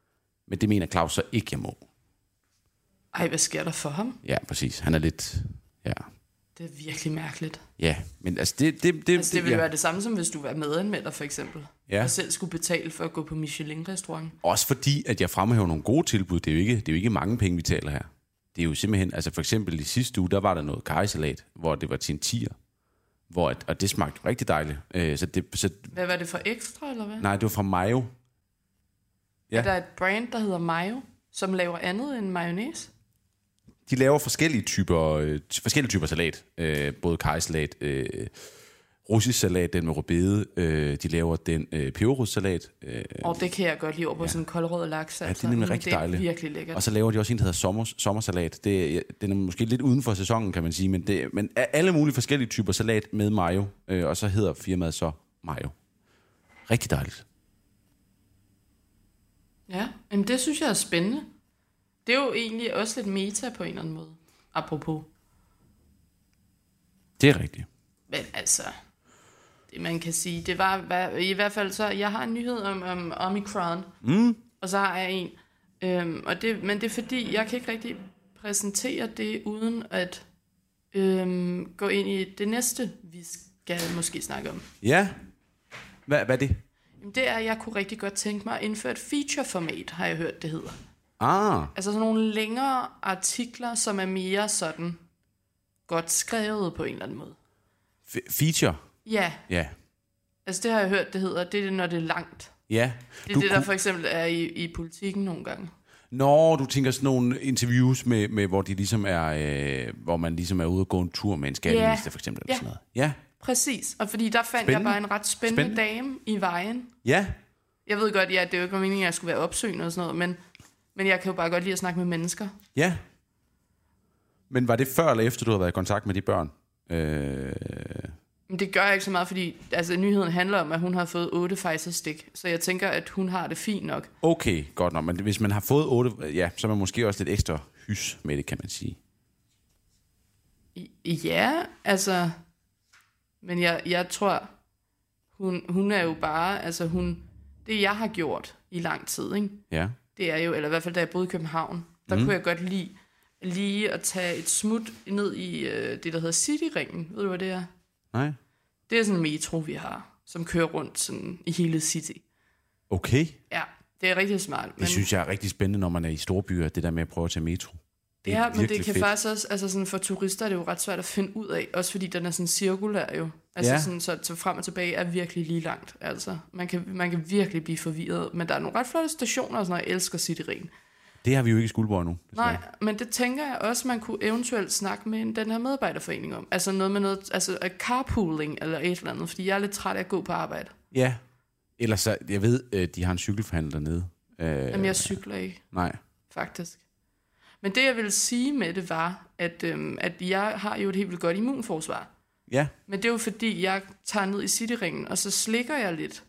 Men det mener Claus så ikke, jeg må. Ej, hvad sker der for ham? Ja, præcis. Han er lidt... Ja. Det er virkelig mærkeligt. Ja, men altså det det ville være det samme som hvis du var medanmelder for eksempel. Ja. Og selv skulle betale for at gå på Michelin-restaurant. Også fordi, at jeg fremhæver nogle gode tilbud. Det er jo ikke mange penge, vi taler her. Det er jo simpelthen... Altså for eksempel i sidste uge, der var der noget karrysalat, hvor det var til en 10'er. Og det smagte rigtig dejligt. Hvad var det for ekstra, eller hvad? Nej, det var fra Mayo. Ja. Er der et brand, der hedder Mayo, som laver andet end mayonnaise? De laver forskellige typer salat. Både karrysalat, russisk salat, den med rødbede. De laver den peberrodssalat. Og det kan jeg godt lide over på sådan en koldrød laks. Ja, det er nemlig rigtig dejligt. Det er virkelig lækkert. Og så laver de også en, der hedder sommersalat. Den er måske lidt uden for sæsonen, kan man sige. Men alle mulige forskellige typer salat med mayo. Og så hedder firmaet så Mayo. Rigtig dejligt. Ja, men det synes jeg er spændende. Det er jo egentlig også lidt meta på en eller anden måde. Apropos. Det er rigtigt. Men altså, det man kan sige, det var i hvert fald så, jeg har en nyhed om Omicron, og så har jeg en. Men det er fordi, jeg kan ikke rigtig præsentere det, uden at gå ind i det næste, vi skal måske snakke om. Ja, hvad er det? Det er, at jeg kunne rigtig godt tænke mig at indføre et feature-format, har jeg hørt, det hedder. Altså sådan nogle længere artikler, som er mere sådan godt skrevet på en eller anden måde. Feature? Ja. Altså det har jeg hørt, det hedder. Det er når det er langt. Ja. Det er det, der for eksempel er i Politikken nogle gange. Når du tænker sådan nogle interviews med hvor de ligesom er, hvor man ligesom er ude og gå en tur med en skatteminister for eksempel eller sådan noget. Ja. Præcis. Og fordi der fandt jeg bare en ret spændende dame i Vejen. Ja. Jeg ved godt, det er jo ikke meningen, at jeg skulle være opsøgende og sådan noget, men jeg kan jo bare godt lide at snakke med mennesker. Ja. Men var det før eller efter, du havde været i kontakt med de børn? Men det gør jeg ikke så meget, fordi altså, nyheden handler om, at hun har fået 8 Pfizer-stik. Så jeg tænker, at hun har det fint nok. Okay, godt nok. Men hvis man har fået 8, ja, så er man måske også lidt ekstra hys med det, kan man sige. Ja, altså... Men jeg tror, hun er jo bare... Altså det, jeg har gjort i lang tid, ikke? Ja. Det er jo... Eller i hvert fald, da jeg boede i København, der kunne jeg godt lide lige at tage et smut ned i det, der hedder Cityringen. Ved du, hvad det er? Nej. Det er sådan en metro, vi har, som kører rundt sådan i hele City. Okay. Ja, det er rigtig smart. Det synes jeg er rigtig spændende, når man er i store byer, det der med at prøve at tage metro. Ja, men det kan fedt. Faktisk også, altså sådan for turister er det jo ret svært at finde ud af, også fordi den er sådan cirkulær jo. Altså sådan, så frem og tilbage er virkelig lige langt. Altså, man kan virkelig blive forvirret, men der er nogle ret flotte stationer, og sådan noget, jeg elsker Cityringen. Det har vi jo ikke i Skuldborg nu. Nej, men det tænker jeg også, man kunne eventuelt snakke med den her medarbejderforening om. Altså noget med noget, altså carpooling eller et eller andet, fordi jeg er lidt træt af at gå på arbejde. Ja, ellers så, jeg ved, de har en cykelforhandler dernede. Jamen, jeg cykler ikke. Nej. Faktisk. Men det, jeg ville sige med det, var, at jeg har jo et helt vildt godt immunforsvar. Ja. Men det er jo fordi, jeg tager ned i Cityringen, og så slikker jeg lidt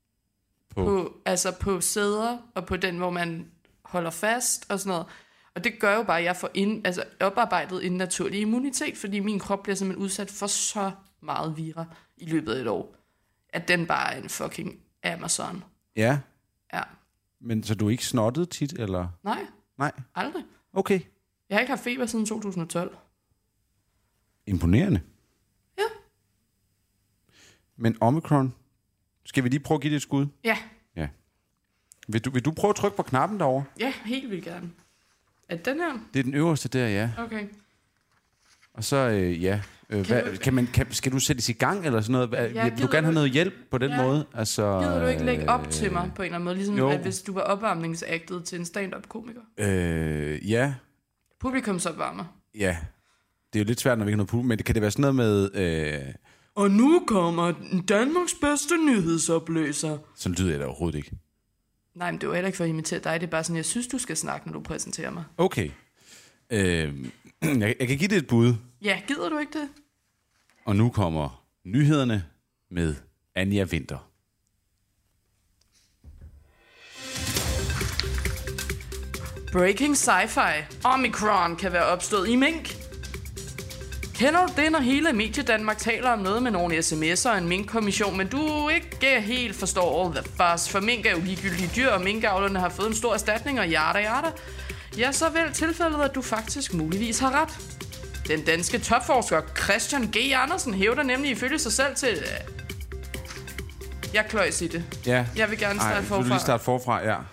på sæder, og på den, hvor man holder fast og sådan noget. Og det gør jo bare, at jeg får oparbejdet en naturlig immunitet, fordi min krop bliver simpelthen udsat for så meget vira i løbet af et år, at den bare er en fucking Amazon. Ja. Ja. Men så du er ikke snottet tit, eller? Nej. Aldrig. Okay. Jeg har ikke haft feber siden 2012. Imponerende. Ja. Men Omicron, skal vi lige prøve at give det et skud? Ja. Vil du prøve at trykke på knappen derovre? Ja, helt vildt gerne. Er det den her? Det er den øverste der, ja. Okay. Og så, skal du sættes i gang eller sådan noget? Vil du gerne have noget hjælp på den måde? Altså, gider du ikke lægge op til mig på en eller anden måde? Ligesom at hvis du var opvarmningsagtet til en stand-up-komiker? Ja. Publikumsopvarmer? Ja. Det er jo lidt svært, når vi ikke har noget publikum, men kan det være sådan noget med... Og nu kommer Danmarks bedste nyhedsoplæser. Sådan lyder jeg da overhovedet ikke. Nej, men det er jo heller ikke for at imitere dig. Det er bare sådan, jeg synes, du skal snakke, når du præsenterer mig. Okay. Jeg kan give det et bud. Ja, gider du ikke det? Og nu kommer nyhederne med Anja Winter. Breaking sci-fi. Omicron kan være opstået i mink. Kender du det, når hele Mediedanmark taler om noget med nogle sms'er og en minkkommission, men du ikke helt forstår all the fuss, for mink er jo ligegyldige dyr, og minkavlerne har fået en stor erstatning og yada. Ja, så vel tilfældet, at du faktisk muligvis har ret. Den danske topforsker Christian G. Andersen hævder nemlig ifølge sig selv til... Jeg kløjs i det. Ja. Jeg vil gerne starte forfra. Du lige starte forfra, ja.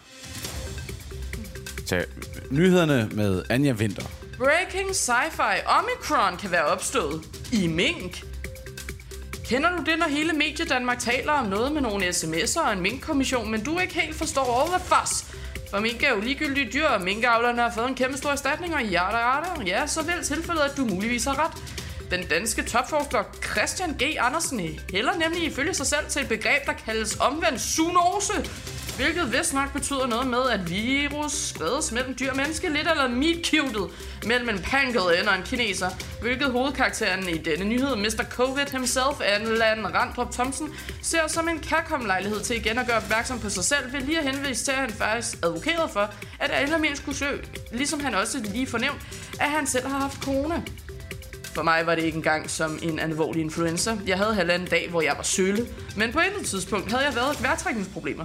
Så, nyhederne med Anja Winter. Breaking sci-fi. Omicron kan være opstået i mink. Kender du det, når hele Mediedanmark taler om noget med nogle sms'er og en minkkommission, men du ikke helt forstår all the fuss? For mink er jo ligegyldige dyr, og minkavlerne har fået en kæmpe stor erstatning, og yada. Ja, så vel tilfældet, at du muligvis har ret. Den danske topforsker Christian G. Andersen hælder nemlig ifølge sig selv til et begreb, der kaldes omvendt zoonose, hvilket vist nok betyder noget med, at virus spredes mellem dyr og menneske, lidt eller meet-cuted mellem en pangolin og en kineser, hvilket hovedkarakteren i denne nyhed, Mr. Covid himself, Anne Randrup Thomsen, ser som en kærkommen lejlighed til igen at gøre opmærksom på sig selv, ved lige at henvise til, at han faktisk advokerede for, at alle mænd skulle søge, ligesom han også lige fornævnt, at han selv har haft corona. For mig var det ikke engang som en alvorlig influenza. Jeg havde halvanden dag, hvor jeg var sølle, men på et tidspunkt havde jeg været vejrtrækningsproblemer.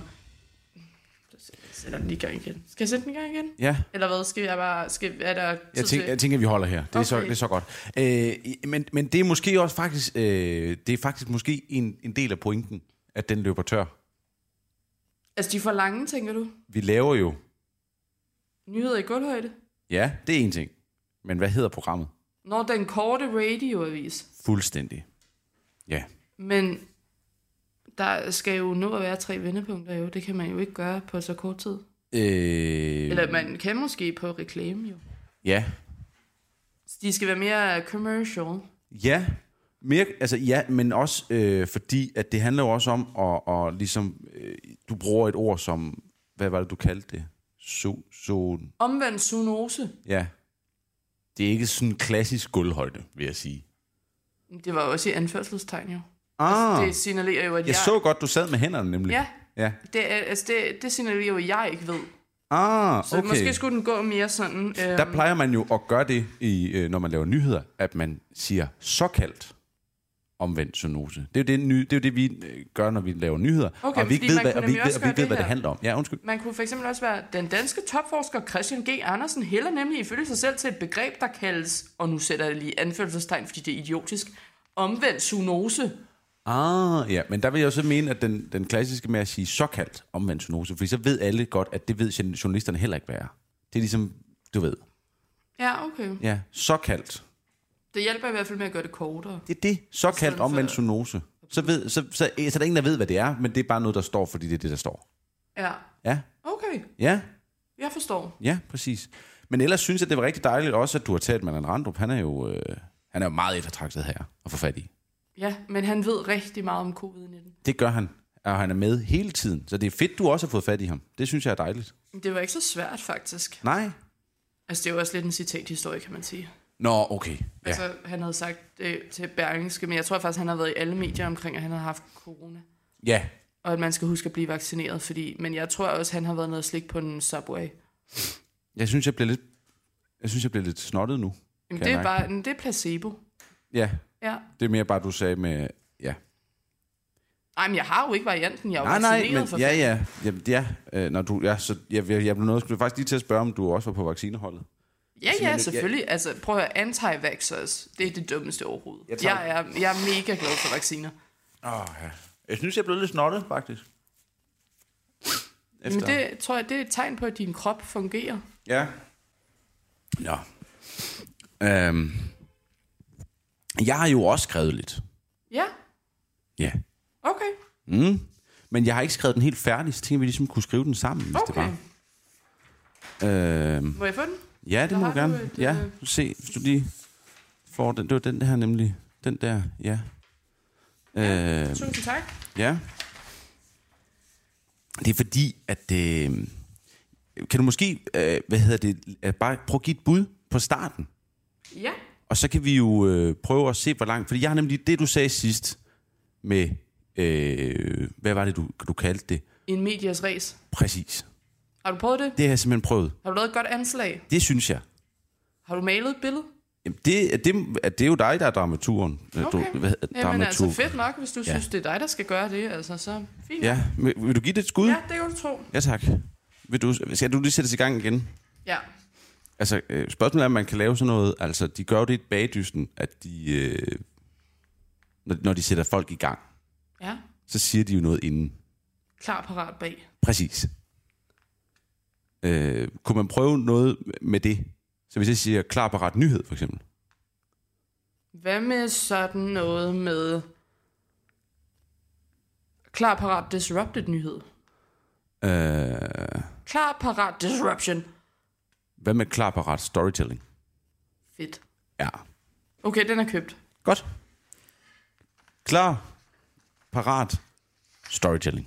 Jeg sætter den lige i gang igen. Skal jeg sætte den i gang igen? Ja. Eller hvad? Skal jeg bare... er der tid til? Jeg tænker, vi holder her. Det er så godt. Men det er måske også faktisk... det er faktisk måske en del af pointen, at den løber tør. Altså, de er for lange, tænker du? Vi laver jo... Nyheder i gulvhøjde? Ja, det er en ting. Men hvad hedder programmet? Når den korte radioavis. Fuldstændig. Ja. Men der skal jo nå at være 3 vendepunkter jo. Det kan man jo ikke gøre på så kort tid. Eller man kan måske på reklame jo. Ja. De skal være mere commercial. Ja. Men også fordi, at det handler jo også om at ligesom... du bruger et ord som... Hvad var det, du kaldte det? Omvendt zoonose. Ja. Det er ikke sådan en klassisk gulvhøjde, vil jeg sige. Det var også i anførselstegn jo. Altså, det signalerer jo, at jeg så godt, du sad med hænderne nemlig. Ja. Det signalerer jo, at jeg ikke ved. Okay. Så måske skulle den gå mere sådan... Der plejer man jo at gøre det, når man laver nyheder, at man siger såkaldt omvendt zoonose. Det er jo det, vi gør, når vi laver nyheder. Okay, og vi ikke ved, hvad det handler om. Ja, undskyld. Man kunne for eksempel også være, den danske topforsker Christian G. Andersen hælder nemlig ifølge sig selv til et begreb, der kaldes, og nu sætter jeg lige anførselstegn, fordi det er idiotisk, omvendt zoonose. Ja, men der vil jeg også mene, at den klassiske med at sige såkaldt omvendt zoonose, fordi så ved alle godt, at det ved journalisterne heller ikke, hvad er. Det er ligesom, du ved. Ja, okay. Ja, såkaldt. Det hjælper i hvert fald med at gøre det kortere. Det er det. Såkaldt omvendt zoonose. Så er der ingen, der ved, hvad det er, men det er bare noget, der står, fordi det er det, der står. Ja. Ja. Okay. Ja. Jeg forstår. Ja, præcis. Men ellers synes jeg, det var rigtig dejligt også, at du har talt med Anne Randrup. Han er jo meget eftertragtet her at få fat i. Ja, men han ved rigtig meget om covid-19. Det gør han, og han er med hele tiden. Så det er fedt, du også har fået fat i ham. Det synes jeg er dejligt. Det var ikke så svært, faktisk. Nej. Altså, det er jo også lidt en citathistorie, kan man sige. Nå, okay. Ja. Altså, han havde sagt det til Berlingske, men jeg tror faktisk, han har været i alle medier omkring, at han har haft corona. Ja. Og at man skal huske at blive vaccineret, men jeg tror også, han har været noget slik på en Subway. Jeg synes, jeg bliver lidt snottet nu. Jamen, det er placebo. Ja. Ja. Det er mere bare, du sagde med... Ja. Ej, men jeg har jo ikke varianten. Jeg er jo vaccineret for jeg blev faktisk lige til at spørge, om du også var på vaccineholdet. Ja, selvfølgelig. Altså, prøv at høre, anti-vaxxers, det er det dummeste overhovedet. Jeg er mega glad for vacciner. Ja. Jeg synes, jeg blev lidt snottet, faktisk. Men det tror jeg, det er et tegn på, at din krop fungerer. Ja. Ja. Jeg har jo også skrevet lidt. Ja? Ja. Okay. Men jeg har ikke skrevet den helt færdig, så tænkte vi ligesom kunne skrive den sammen, hvis det var. Må jeg få den? Ja, det må du gerne. Ja, se, hvis du lige får den. Det var den der nemlig. Den der, ja. Tusind tak. Ja. Det er fordi, at... kan du måske, bare prøve at give et bud på starten? Ja. Og så kan vi jo prøve at se, hvor langt... Fordi jeg har nemlig det, du sagde sidst med... hvad var det, du kaldte det? En medias race. Præcis. Har du prøvet det? Det har jeg simpelthen prøvet. Har du lavet et godt anslag? Det synes jeg. Har du malet et billede? Jamen, det er jo dig, der er dramaturgen. Okay. Jamen altså fedt nok, hvis du synes, det er dig, der skal gøre det. Altså, så fint. Ja, vil du give det et skud? Ja, det kan du tro. Ja, tak. Skal du lige sættes i gang igen? Ja. Altså, spørgsmålet er, om man kan lave sådan noget. Altså, de gør jo det i bagdysten, at de... når de sætter folk i gang, så siger de jo noget inden. Klar, parat, bag. Præcis. Kunne man prøve noget med det? Så hvis jeg siger klar, parat, nyhed, for eksempel. Hvad med sådan noget med klar, parat, disrupted nyhed? Klar, parat, disruption. Hvad med klar, parat, storytelling? Fedt. Ja. Okay, den er købt. Godt. Klar, parat, storytelling.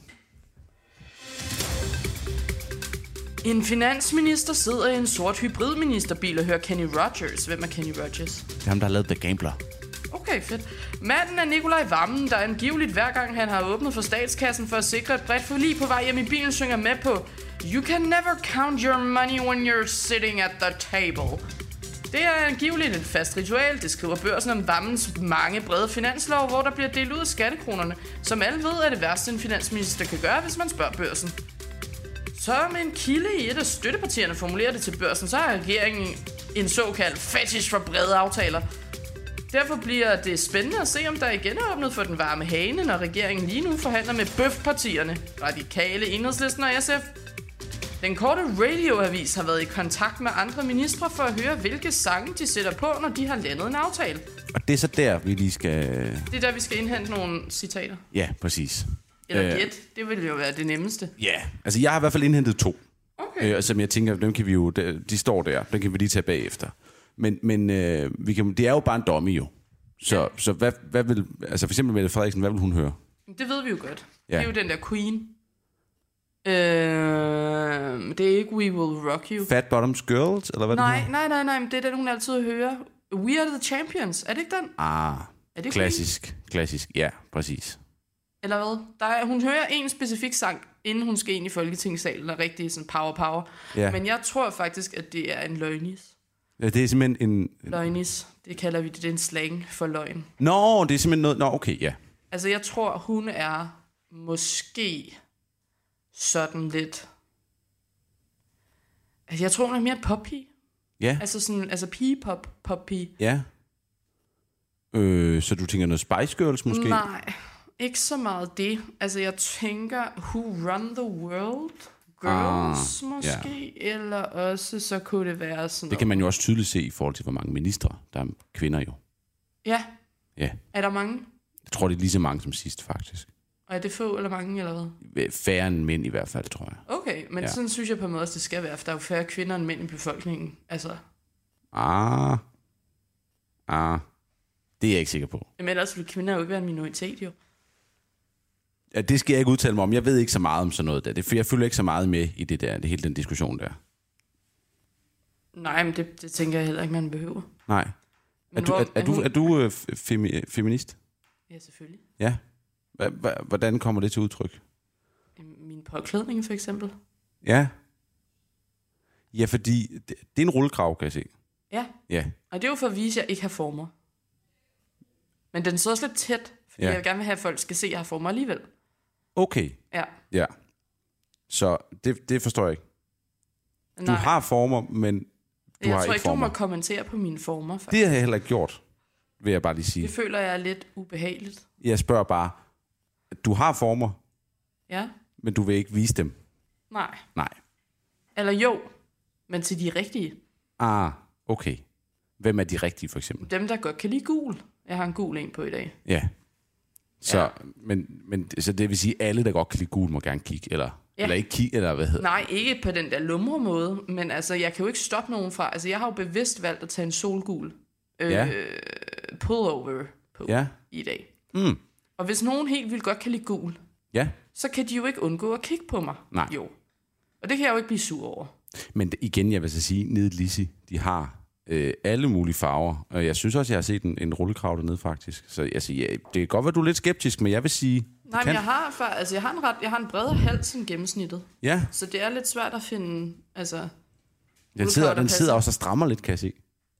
En finansminister sidder i en sort hybridministerbil og hører Kenny Rogers. Hvem er Kenny Rogers? Det er ham, der har lavet The Gambler. Okay, fedt. Manden er Nikolaj Wammen, der angiveligt hver gang han har åbnet for statskassen for at sikre et bredt forlig på vej hjem i bilen, synger med på You can never count your money when you're sitting at the table. Det er angiveligt et fast ritual, det skriver Børsen om Wammens mange brede finanslov, hvor der bliver delt ud af skattekronerne, som alle ved er det værste en finansminister kan gøre, hvis man spørger Børsen. Så med en kilde i et af støttepartierne formulerer det til Børsen, så har regeringen en såkaldt fetish for brede aftaler. Derfor bliver det spændende at se, om der igen er åbnet for den varme hane, når regeringen lige nu forhandler med bøfpartierne, Radikale, Enhedslisten og SF. Den korte radioavis har været i kontakt med andre ministre for at høre, hvilke sange de sætter på, når de har landet en aftale. Og det er så der, vi lige skal... Det er der, vi skal indhente nogle citater. Ja, præcis. Eller gæt. Det vil jo være det nemmeste. Ja, altså jeg har i hvert fald indhentet 2. Okay. Som jeg tænker, dem kan vi jo... De står der. Dem kan vi lige tage bagefter. Men vi kan, det er jo bare en dummy jo. Så hvad vil... Altså for eksempel Mette Frederiksen, hvad vil hun høre? Det ved vi jo godt. Ja. Det er jo den der Queen. Det er ikke We Will Rock You. Fat Bottoms Girls, eller hvad nej, det nej, men det er den, hun altid hører. We Are The Champions. Er det ikke den? Ah, er det klassisk. Ja, præcis. Eller hvad? Hun hører en specifik sang, inden hun skal ind i Folketingssalen, og rigtig sådan power. Ja. Men jeg tror faktisk, at det er en løgnis. Ja, det er simpelthen en... Løgnis. Det kalder vi det. Det er en slang for løgn. Nå, det er simpelthen noget... Nå, okay, ja. Altså, jeg tror, hun er måske sådan lidt... Altså, jeg tror, hun er mere poppy. Ja. Altså pige-pop, poppy. Ja. Så du tænker noget Spice Girls måske? Nej, ikke så meget det. Altså, jeg tænker Who Run the World? Girls måske? Ja. Eller også, så kunne det være sådan det kan man jo også tydeligt se i forhold til, hvor mange ministre der er kvinder jo. Ja. Ja. Er der mange? Jeg tror, det er lige så mange som sidst, faktisk. Og er det få eller mange, eller hvad? Færre end mænd i hvert fald, tror jeg. Okay, men sådan synes jeg på en måde også, det skal være, for der er jo færre kvinder end mænd i befolkningen. Altså. Det er jeg ikke sikker på. Men ellers vil kvinder jo ikke være en minoritet, jo. Ja, det skal jeg ikke udtale mig om. Jeg ved ikke så meget om sådan noget der. Jeg følger ikke så meget med i det der, det hele den diskussion der. Nej, men det tænker jeg heller ikke, man behøver. Nej. Er du feminist? Ja, selvfølgelig. Ja. Hvordan kommer det til udtryk? Min påklædning, for eksempel. Ja. Ja, fordi det er en rullekrav, kan jeg se. Ja. Og det er jo for at vise, at jeg ikke har former. Men den sidder også lidt tæt, fordi jeg vil gerne have, at folk skal se, at jeg har former alligevel. Okay. Ja. Så det forstår jeg ikke. Du har former, men du har ikke former. Jeg tror ikke, du må kommentere på mine former, faktisk. Det har jeg heller ikke gjort, vil jeg bare lige sige. Det føler jeg er lidt ubehageligt. Jeg spørger bare, du har former, men du vil ikke vise dem? Nej. Eller jo, men til de rigtige. Okay. Hvem er de rigtige, for eksempel? Dem, der godt kan lide gul. Jeg har en gul en på i dag. Ja. Så, men, så det vil sige, at alle, der godt kan lide gul, må gerne kigge, eller ikke kigge, eller hvad hedder? Nej, ikke på den der lumre måde, men altså, jeg kan jo ikke stoppe nogen fra... Altså, jeg har jo bevidst valgt at tage en solgul pullover på i dag. Og hvis nogen helt vildt godt kan lide gul, så kan de jo ikke undgå at kigge på mig. Nej. Jo. Og det kan jeg jo ikke blive sur over. Men igen, jeg vil så sige, nede i Lissi, de har alle mulige farver. Og jeg synes også, jeg har set en rullekrav dernede, faktisk. Så altså, det kan godt være, du er lidt skeptisk, men jeg vil sige... Nej, men jeg har en bredere hals end gennemsnittet. Ja. Så det er lidt svært at finde... Altså, den sidder også og strammer lidt, kan jeg se.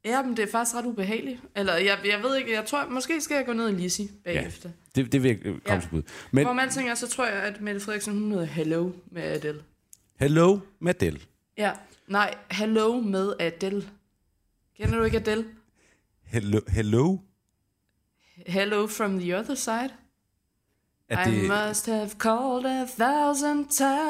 Ja, men det er faktisk ret ubehageligt. Eller jeg ved ikke, jeg tror, måske skal jeg gå ned i Lizzie bagefter. Ja, det vil jeg komme til bud. Men hvor man tænker, så tror jeg, at Mette Frederiksen, hun hedder Hello med Adele. Hello med Adele. Ja, nej, Hello med Adele. Kender du ikke Adele? Hello? Hello from the other side. Det... I must have called 1,000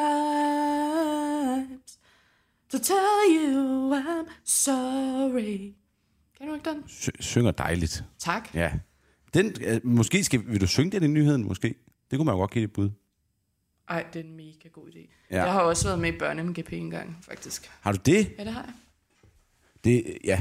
times to tell you I'm sorry. Kan du ikke den? Synger dejligt. Tak. Ja. Den, måske vil du synge den i nyheden, måske? Det kunne man jo godt give det et bud. Ej, det er en mega god idé. Ja. Jeg har også været med i Børne-MGP en gang, faktisk. Har du det? Ja, det har jeg. Det, ja.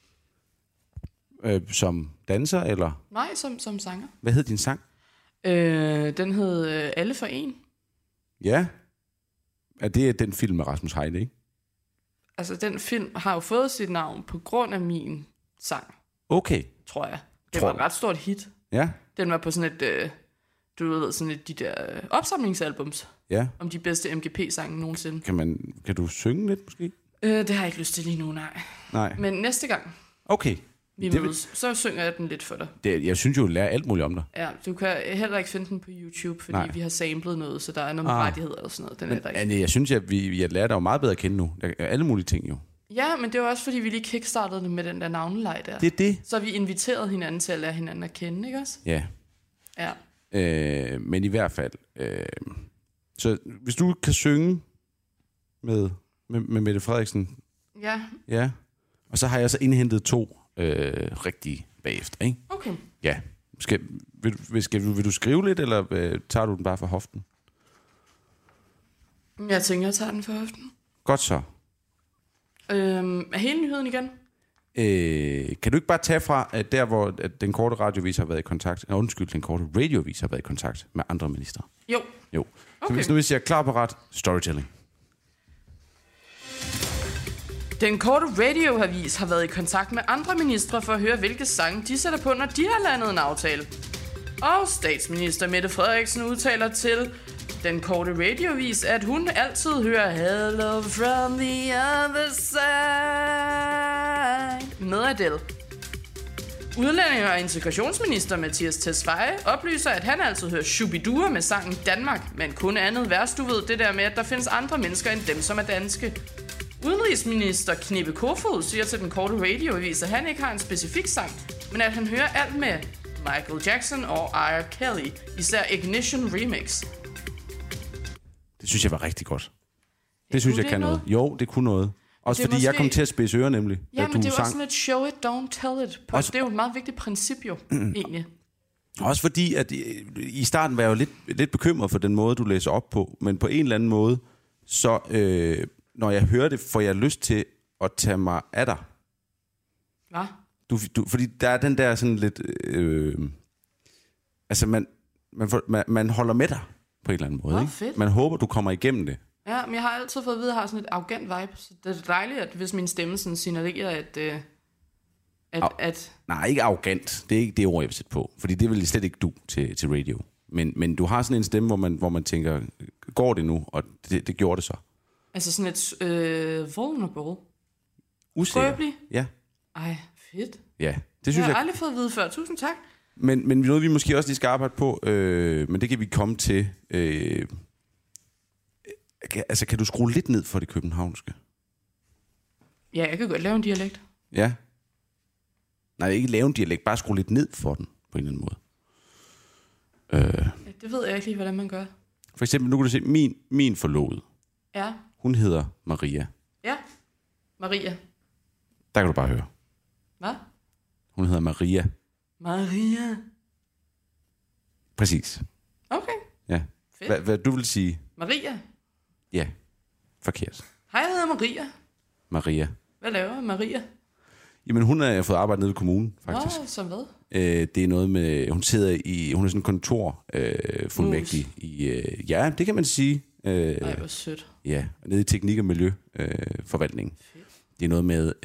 Som danser, eller? Nej, som sanger. Hvad hed din sang? Den hed Alle for en. Ja. Det er den film med Rasmus Heide, ikke? Altså, den film har jo fået sit navn på grund af min sang. Okay. Tror jeg. Det var et ret stort hit. Ja. Den var på sådan et, du ved, sådan et, de der opsamlingsalbums. Ja. Om de bedste MGP-sange nogensinde. Kan du synge lidt, måske? Det har jeg ikke lyst til lige nu, nej. Men næste gang okay. vi mødes, så synger jeg den lidt for dig. Jeg synes jo, at lære alt muligt om dig. Ja, du kan heller ikke finde den på YouTube, fordi vi har samlet noget, så der er noget med rettigheder og sådan noget. Den er der ikke. Jeg synes, at jeg lærer dig jo meget bedre at kende nu. Der er alle mulige ting jo. Ja, men det var også, fordi vi lige kickstartede det med den der navneleg der. Det er det. Så vi inviteret hinanden til at lære hinanden at kende, ikke også? Ja. Ja. Men i hvert fald... så hvis du kan synge med Mette Frederiksen... Ja. Ja. Og så har jeg så indhentet 2 rigtige bagefter, ikke? Okay. Ja. Vil du skrive lidt, eller tager du den bare fra hoften? Jeg tænker, jeg tager den fra hoften. Godt så. Er hele nyheden igen? Kan du ikke bare tage fra, at der hvor den korte radiovis har været i kontakt, den korte radiovis har været i kontakt med andre ministre? Jo. Okay. Så hvis vi siger klar på ret, storytelling. Den korte radioavis har været i kontakt med andre ministre for at høre, hvilke sange de sætter på, når de har landet en aftale. Og statsminister Mette Frederiksen udtaler til den korte radioavis, at hun altid hører Hello from the other side med Adele. Udlændinge- og integrationsminister Mattias Tesfaye oplyser, at han altid hører Shubidua med sangen Danmark, men kun andet værst, du ved, det der med, at der findes andre mennesker end dem, som er danske. Udenrigsminister Knippe Kofod siger til den korte radioavis, at han ikke har en specifik sang, men at han hører alt med Michael Jackson og R. Kelly, især Ignition Remix. Det synes jeg var rigtig godt. Det synes jeg kan noget. Jo, det kunne noget. Også fordi måske... jeg kom til at spidse ører nemlig. Ja, men det er jo også sådan et show it, don't tell it. Også... Det er jo et meget vigtigt princip jo, egentlig. Også fordi, at i starten var jeg jo lidt bekymret for den måde, du læser op på. Men på en eller anden måde, så når jeg hører det, får jeg lyst til at tage mig af dig. Hvad? Fordi der er den der sådan lidt... altså, man holder med dig på en eller anden måde. Ikke? Fedt. Man håber, du kommer igennem det. Ja, men jeg har altid fået at vide, at jeg har sådan et arrogant vibe. Så det er dejligt, at hvis min stemme sådan signalerer, at... Nej, ikke arrogant. Det er ikke det ord, jeg vil sætte på. Fordi det vil slet ikke du til radio. Men du har sådan en stemme, hvor man tænker, går det nu? Og det gjorde det så. Altså sådan et vulnerable. Usikker. Skrøbelig. Ja. Ej, fedt. Ja, det synes jeg. Jeg har aldrig fået at vide før. Tusind tak. Men noget, vi måske også lige skal arbejde på, men det kan vi komme til... Altså, kan du skrue lidt ned for det københavnske? Ja, jeg kan godt lave en dialekt. Ja. Nej, ikke lave en dialekt, bare skrue lidt ned for den, på en eller anden måde. Ja, det ved jeg ikke lige, hvordan man gør. For eksempel, nu kan du se, min forlovede. Ja. Hun hedder Maria. Ja, Maria. Der kan du bare høre. Hvad? Hun hedder Maria. Maria. Præcis. Okay. Ja. Hvad du vil sige? Maria. Ja, forkert. Hej, jeg hedder Maria. Maria. Hvad laver Maria? Jamen, hun har fået arbejde nede i kommunen, faktisk. Som hvad? Det er noget med... Hun er sådan en kontorfuldmægtig i... ja, det kan man sige. Ej, hvor sødt. Ja, nede i teknik- og miljøforvaltningen. Det er noget med...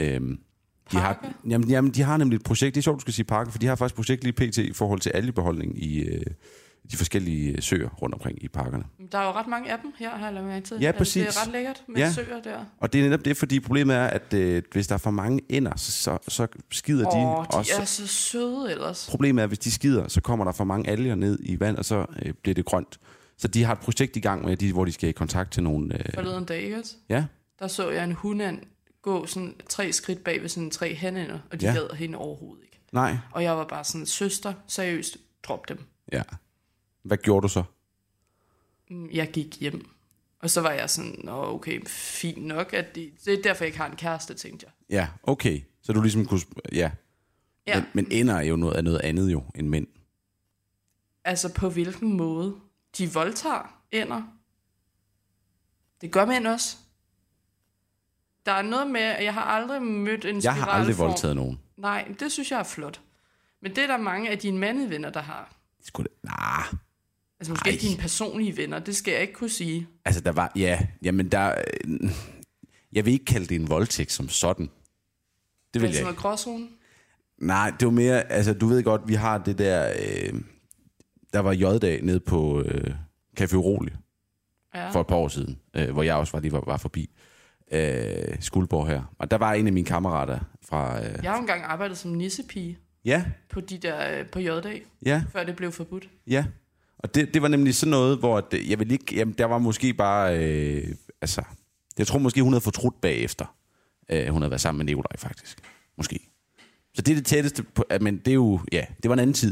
de har nemlig et projekt, det er sjovt, du skal sige parker, for de har faktisk et projekt lige pt. i forhold til algebeholdning i de forskellige søer rundt omkring i parkerne. Der er jo ret mange af dem her, har jeg lagt mærke til. Ja, præcis. Det er ret lækkert med søer der. Og det er netop det, fordi problemet er, at hvis der er for mange ænder, så skider de også. De er så søde ellers. Problemet er, at hvis de skider, så kommer der for mange alger ned i vand, og så bliver det grønt. Så de har et projekt i gang med, hvor de skal i kontakt til nogle... Forleden dag, ikke? Ja. Der så jeg en hundand gå sådan 3 skridt bag ved sådan 3 hanænder, og de gad hende overhovedet ikke. Nej. Og jeg var bare sådan, søster, seriøst, drop dem. Ja. Hvad gjorde du så? Jeg gik hjem. Og så var jeg sådan, okay, fint nok. At det er derfor, jeg ikke har en kæreste, tænkte jeg. Ja, okay. Så du ligesom kunne... Ja. Men ender er jo noget andet jo, end mænd. Altså, på hvilken måde? De voldtager ender. Det gør mænd også. Der er noget med, at jeg har aldrig mødt en spiralform. Jeg har aldrig voldtaget nogen. Nej, det synes jeg er flot. Men det er der mange af dine mandevenner, der har. Altså måske ikke dine personlige venner, det skal jeg ikke kunne sige. Altså der var, jamen der... Jeg vil ikke kalde det en voldtægt som sådan. Det vil jeg ikke. Noget gråzone? Nej, det var mere, altså du ved godt, vi har det der... der var J-dag nede på Café Urolig for et par år siden, hvor jeg også var forbi Skuldborg her. Og der var en af mine kammerater fra... Jeg har engang arbejdet som nissepige. Ja. På de der på J-dag, før det blev forbudt. Ja. Og det var nemlig sådan noget, hvor jeg vil ikke, jamen, der var måske bare, altså, jeg tror måske, hun havde fortrudt bagefter. Hun havde været sammen med Nikolaj, faktisk. Måske. Så det er det tætteste på, men det er jo, det var en anden tid.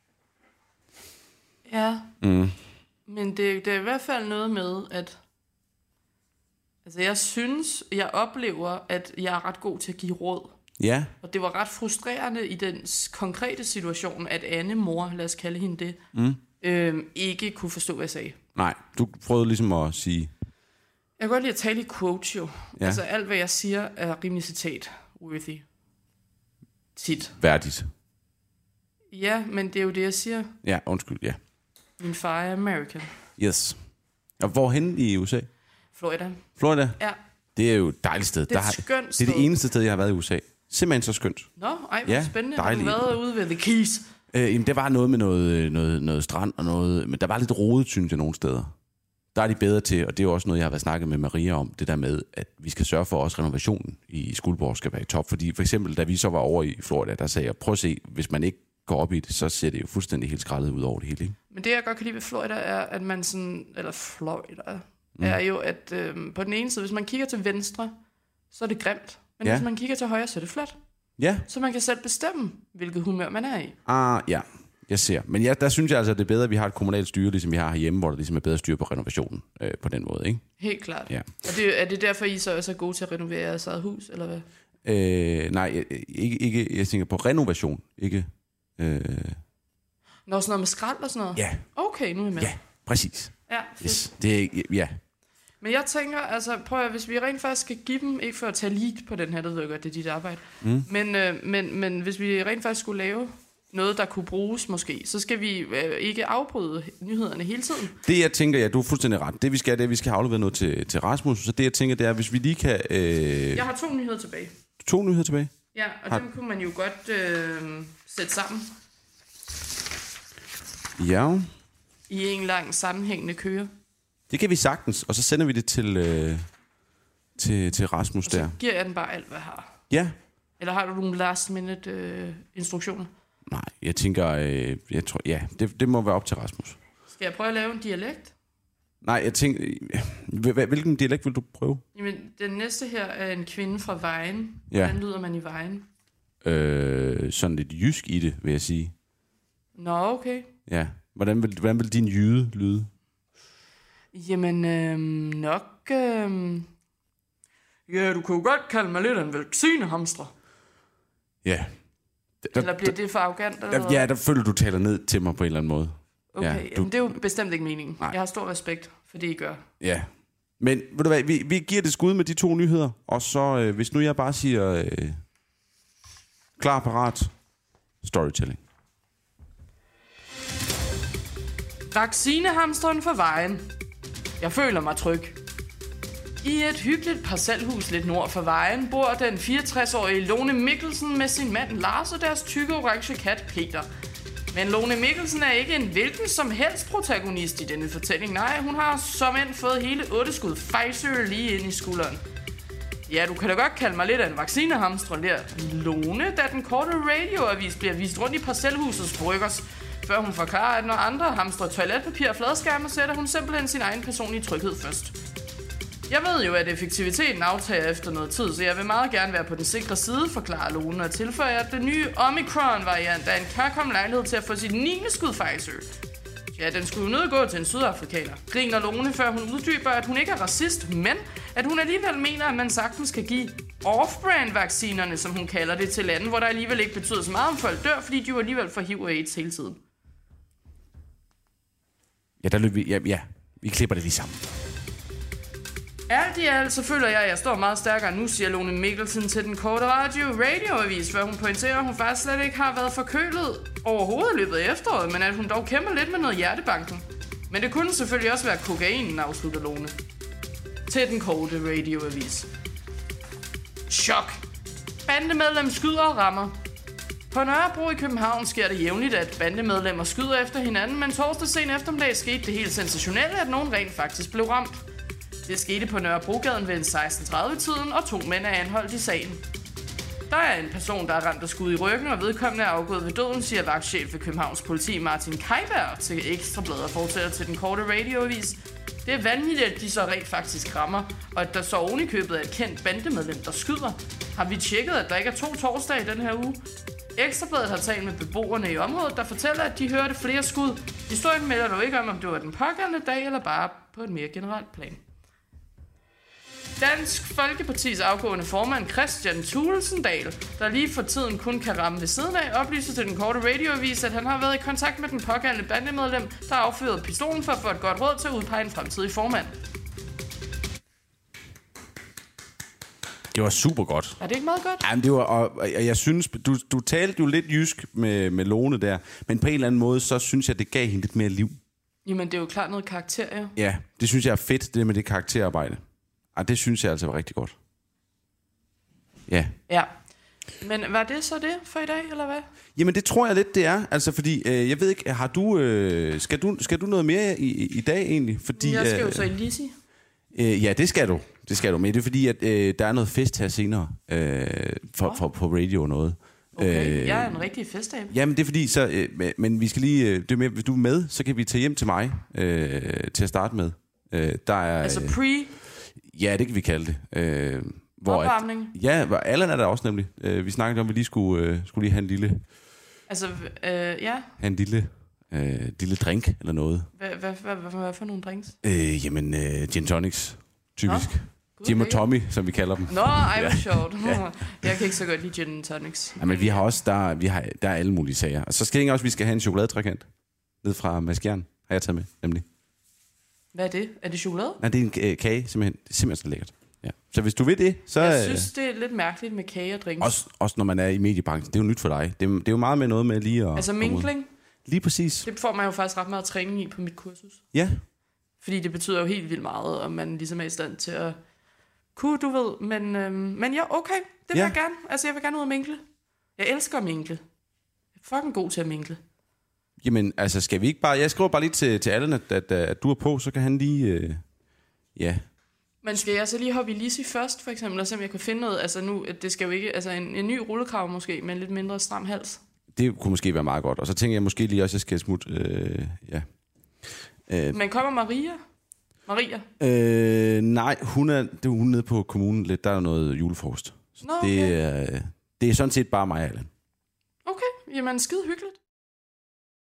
Ja. Men det er i hvert fald noget med, at altså jeg oplever, at jeg er ret god til at give råd. Ja. Og det var ret frustrerende i den konkrete situation, at Anne, mor, lad os kalde hende det, ikke kunne forstå, hvad jeg sagde. Nej, du prøvede ligesom at sige... Jeg kan godt lide at tale i quotes jo. Ja. Altså alt, hvad jeg siger, er rimelig citat-worthy. Tit. Værdigt. Ja, men det er jo det, jeg siger. Ja, undskyld, ja. Min far er American. Yes. Og hvorhen i USA? Florida. Florida? Ja. Det er jo et dejligt sted. Det er et skønt sted. Det er det eneste sted, jeg har været i USA. Simpelthen så skønt. Nå, hvor spændende. Dejligt. Har du været ude ved The Keys? Jamen, det var noget med noget strand og noget... Men der var lidt rodet, synes jeg, nogle steder. Der er de bedre til, og det er jo også noget, jeg har været snakket med Maria om, det der med, at vi skal sørge for, at også renovationen i Skuldborg skal være i top. Fordi for eksempel, da vi så var over i Florida, der sagde jeg, prøv at se, hvis man ikke går op i det, så ser det jo fuldstændig helt skrællet ud over det hele, ikke? Men det, jeg godt kan lide ved Florida, er, at man sådan... Eller Florida... er jo, at på den ene side, hvis man kigger til venstre, så er det grimt. Men hvis man kigger til højre, så er det flot. Ja. Så man kan selv bestemme, hvilket humør man er i. Ja, jeg ser. Men der synes jeg altså, at det er bedre, at vi har et kommunalt styre, ligesom vi har herhjemme, hvor der ligesom er bedre styr på renovationen på den måde, ikke? Helt klart. Ja. Og er det derfor, I så også er gode til at renovere jeres eget hus, eller hvad? Nej, ikke. Jeg tænker på renovation, ikke... Nå, sådan noget med skrald og sådan noget? Ja. Okay, nu er jeg med. Ja, præcis. Ja, yes. Det er, ja. Men jeg tænker, altså, prøv at, hvis vi rent faktisk skal give dem, ikke for at tage lead på den her, det ved jeg godt, det er dit arbejde, men hvis vi rent faktisk skulle lave noget, der kunne bruges måske, så skal vi ikke afbryde nyhederne hele tiden. Det jeg tænker, du er fuldstændig ret. Det vi skal, det er, at vi skal aflevere noget til Rasmus, så det jeg tænker, det er, hvis vi lige kan... Jeg har 2 nyheder tilbage. 2 nyheder tilbage? Ja, og dem kunne man jo godt sætte sammen. Ja. I en lang sammenhængende køre. Det kan vi sagtens, og så sender vi det til Rasmus der. Og så giver jeg den bare alt, hvad jeg har. Ja. Eller har du nogle last minute instruktioner? Nej, jeg tænker, jeg tror, det må være op til Rasmus. Skal jeg prøve at lave en dialekt? Nej, jeg tænker, hvilken dialekt vil du prøve? Jamen, den næste her er en kvinde fra Vejen. Ja. Hvordan lyder man i Vejen? Sådan lidt jysk i det, vil jeg sige. Nå, okay. Ja. Hvordan vil din jyde lyde? Jamen, nok... Ja, du kunne godt kalde mig lidt en velsignehamster. Ja. Eller bliver det for arrogant? Eller ja, der føler du taler ned til mig på en eller anden måde. Okay, ja, jamen, det er jo bestemt ikke meningen. Nej. Jeg har stor respekt for det, I gør. Ja. Men ved du hvad, vi giver det skud med de 2 nyheder, og så hvis nu jeg bare siger klar, parat, storytelling. Vaccinehamsteren for Vejen. Jeg føler mig tryg. I et hyggeligt parcelhus lidt nord for Vejen bor den 64-årige Lone Mikkelsen med sin mand Lars og deres tykke orange kat Peter. Men Lone Mikkelsen er ikke en hvilken som helst protagonist i denne fortælling. Nej, hun har som end fået hele 8 skud Pfizer lige ind i skulderen. Ja, du kan da godt kalde mig lidt af en vaccinehamster der. Lone, da den korte radioavis bliver vist rundt i parcelhusets bryggers, før hun forklarer, at når andre hamstrer toiletpapir og fladskærme, sætter hun simpelthen sin egen personlige tryghed først. Jeg ved jo, at effektiviteten aftager efter noget tid, så jeg vil meget gerne være på den sikre side, forklarer Lone og tilføjer, at den nye Omicron-variant er en kærkommen lejlighed til at få sit 9. skud Pfizer. Ja, den skulle jo nødt gå til en sydafrikaner. Griner Lone, før hun uddyber, at hun ikke er racist, men at hun alligevel mener, at man sagtens skal give off-brand-vaccinerne, som hun kalder det, til lande, hvor der alligevel ikke betyder så meget, om folk dør, fordi de jo alligevel får HIV og AIDS hele tiden. Ja, der løb vi. Ja, vi klipper det lige sammen. Alt i alt, så føler jeg, at jeg står meget stærkere nu, siger Lone Mikkelsen til den korte radioavis, hvor hun pointerer, at hun faktisk slet ikke har været forkølet overhovedet i løbet af efteråret, men at hun dog kæmper lidt med noget hjertebanken. Men det kunne selvfølgelig også være kokainen, afslutter Lone. Til den korte radioavis. Chok! Bandemedlem skyder og rammer. På Nørrebro i København sker det jævnligt, at bandemedlemmer skyder efter hinanden, men torsdag sen eftermiddag skete det helt sensationelle, at nogen rent faktisk blev ramt. Det skete på Nørrebrogade ved 16:30-tiden, og 2 mænd er anholdt i sagen. Der er en person, der er ramt af skud i ryggen, og vedkommende er afgået ved døden, siger vagtchef ved Københavns Politi Martin Kajberg til Ekstrabladet og fortæller til den korte radioavis. Det er vanvittigt, at de så rent faktisk rammer, og at der så ovenikøbet er et kendt bandemedlem, der skyder. Har vi tjekket, at der ikke er 2 torsdage i den her uge? Ekstrabladet har talt med beboerne i området, der fortæller, at de hørte flere skud. Historien melder dog ikke om det var den pågældende dag, eller bare på et mere generelt plan. Dansk Folkepartis afgående formand Kristian Thulesen Dahl, der lige for tiden kun kan ramme ved siden af, oplyser til den korte radioavis, at han har været i kontakt med den pågældende bandemedlem, der affyrede pistolen for at få et godt råd til at udpege en fremtidig formand. Det var super godt. Er det ikke meget godt? Jamen, det var, og jeg synes, du talte jo lidt jysk med Lone der, men på en eller anden måde, så synes jeg, det gav hende lidt mere liv. Jamen, det er jo klart noget karakter, ja. Ja, det synes jeg er fedt, det med det karakterarbejde. Ej, det synes jeg altså var rigtig godt. Ja. Ja. Men var det så det for i dag, eller hvad? Jamen, det tror jeg lidt, det er. Altså, fordi, jeg ved ikke, har du, skal du noget mere i dag egentlig? Fordi, jeg skal jo så i Lizzie. Ja, det skal du. Det skal du. Men det er fordi, at der er noget fest her senere på radio og noget. Okay, jeg er en rigtig festabe. Jamen, det er fordi, så, men vi skal lige, det med, hvis du er med, så kan vi tage hjem til mig til at starte med. Der er, altså pre? Ja, det kan vi kalde det. Opvarmning? Ja, Allan er der også nemlig. Vi snakkede om, at vi lige skulle lige have en lille... Altså, ja. Have en lille drink eller noget. Hvad for nogle drinks? Jamen, gin tonics, typisk. Jim og Tommy, som vi kalder dem. Nå, ej, hvor sjovt. Ja. Jeg kan ikke så godt lide gin tonics. Ja, men vi har også, der er alle mulige sager. Og så skal det også, vi skal have en chokoladetrækant ned fra Maskjern, har jeg taget med, nemlig. Hvad er det? Er det chokolade? Nej, det er en kage, simpelthen. Det er simpelthen så lækkert. Ja. Så hvis du ved det, så... Jeg synes, det er lidt mærkeligt med kage og drinks. Også når man er i mediebranchen. Det er jo nyt for dig. Det er jo meget med noget med lige at... Altså minkling? Lige præcis. Det får man jo faktisk ret meget træning i på mit kursus. Ja. Fordi det betyder jo helt vildt meget, om man ligesom er i stand til at kunne, du ved. Men ja, okay. Det vil jeg gerne. Altså, jeg vil gerne ud og minkle. Jeg elsker at minkle. Jeg er fucking god til at minkle. Jamen, altså, skal vi ikke bare... Jeg skriver bare lige til Allan, at du er på, så kan han lige... Ja. Men skal jeg så lige hoppe i Lizzie først, for eksempel, og se om jeg kan finde noget? Altså nu, det skal jo ikke... Altså en ny rullekrav måske, med en lidt mindre stram hals. Det kunne måske være meget godt. Og så tænker jeg måske lige også, at jeg skal smutte... Ja. Men kommer Maria? Nej, hun er nede på kommunen lidt. Der er noget julefrokost. Nå, okay. Det er sådan set bare mig og Allan. Okay, jamen skide hyggeligt.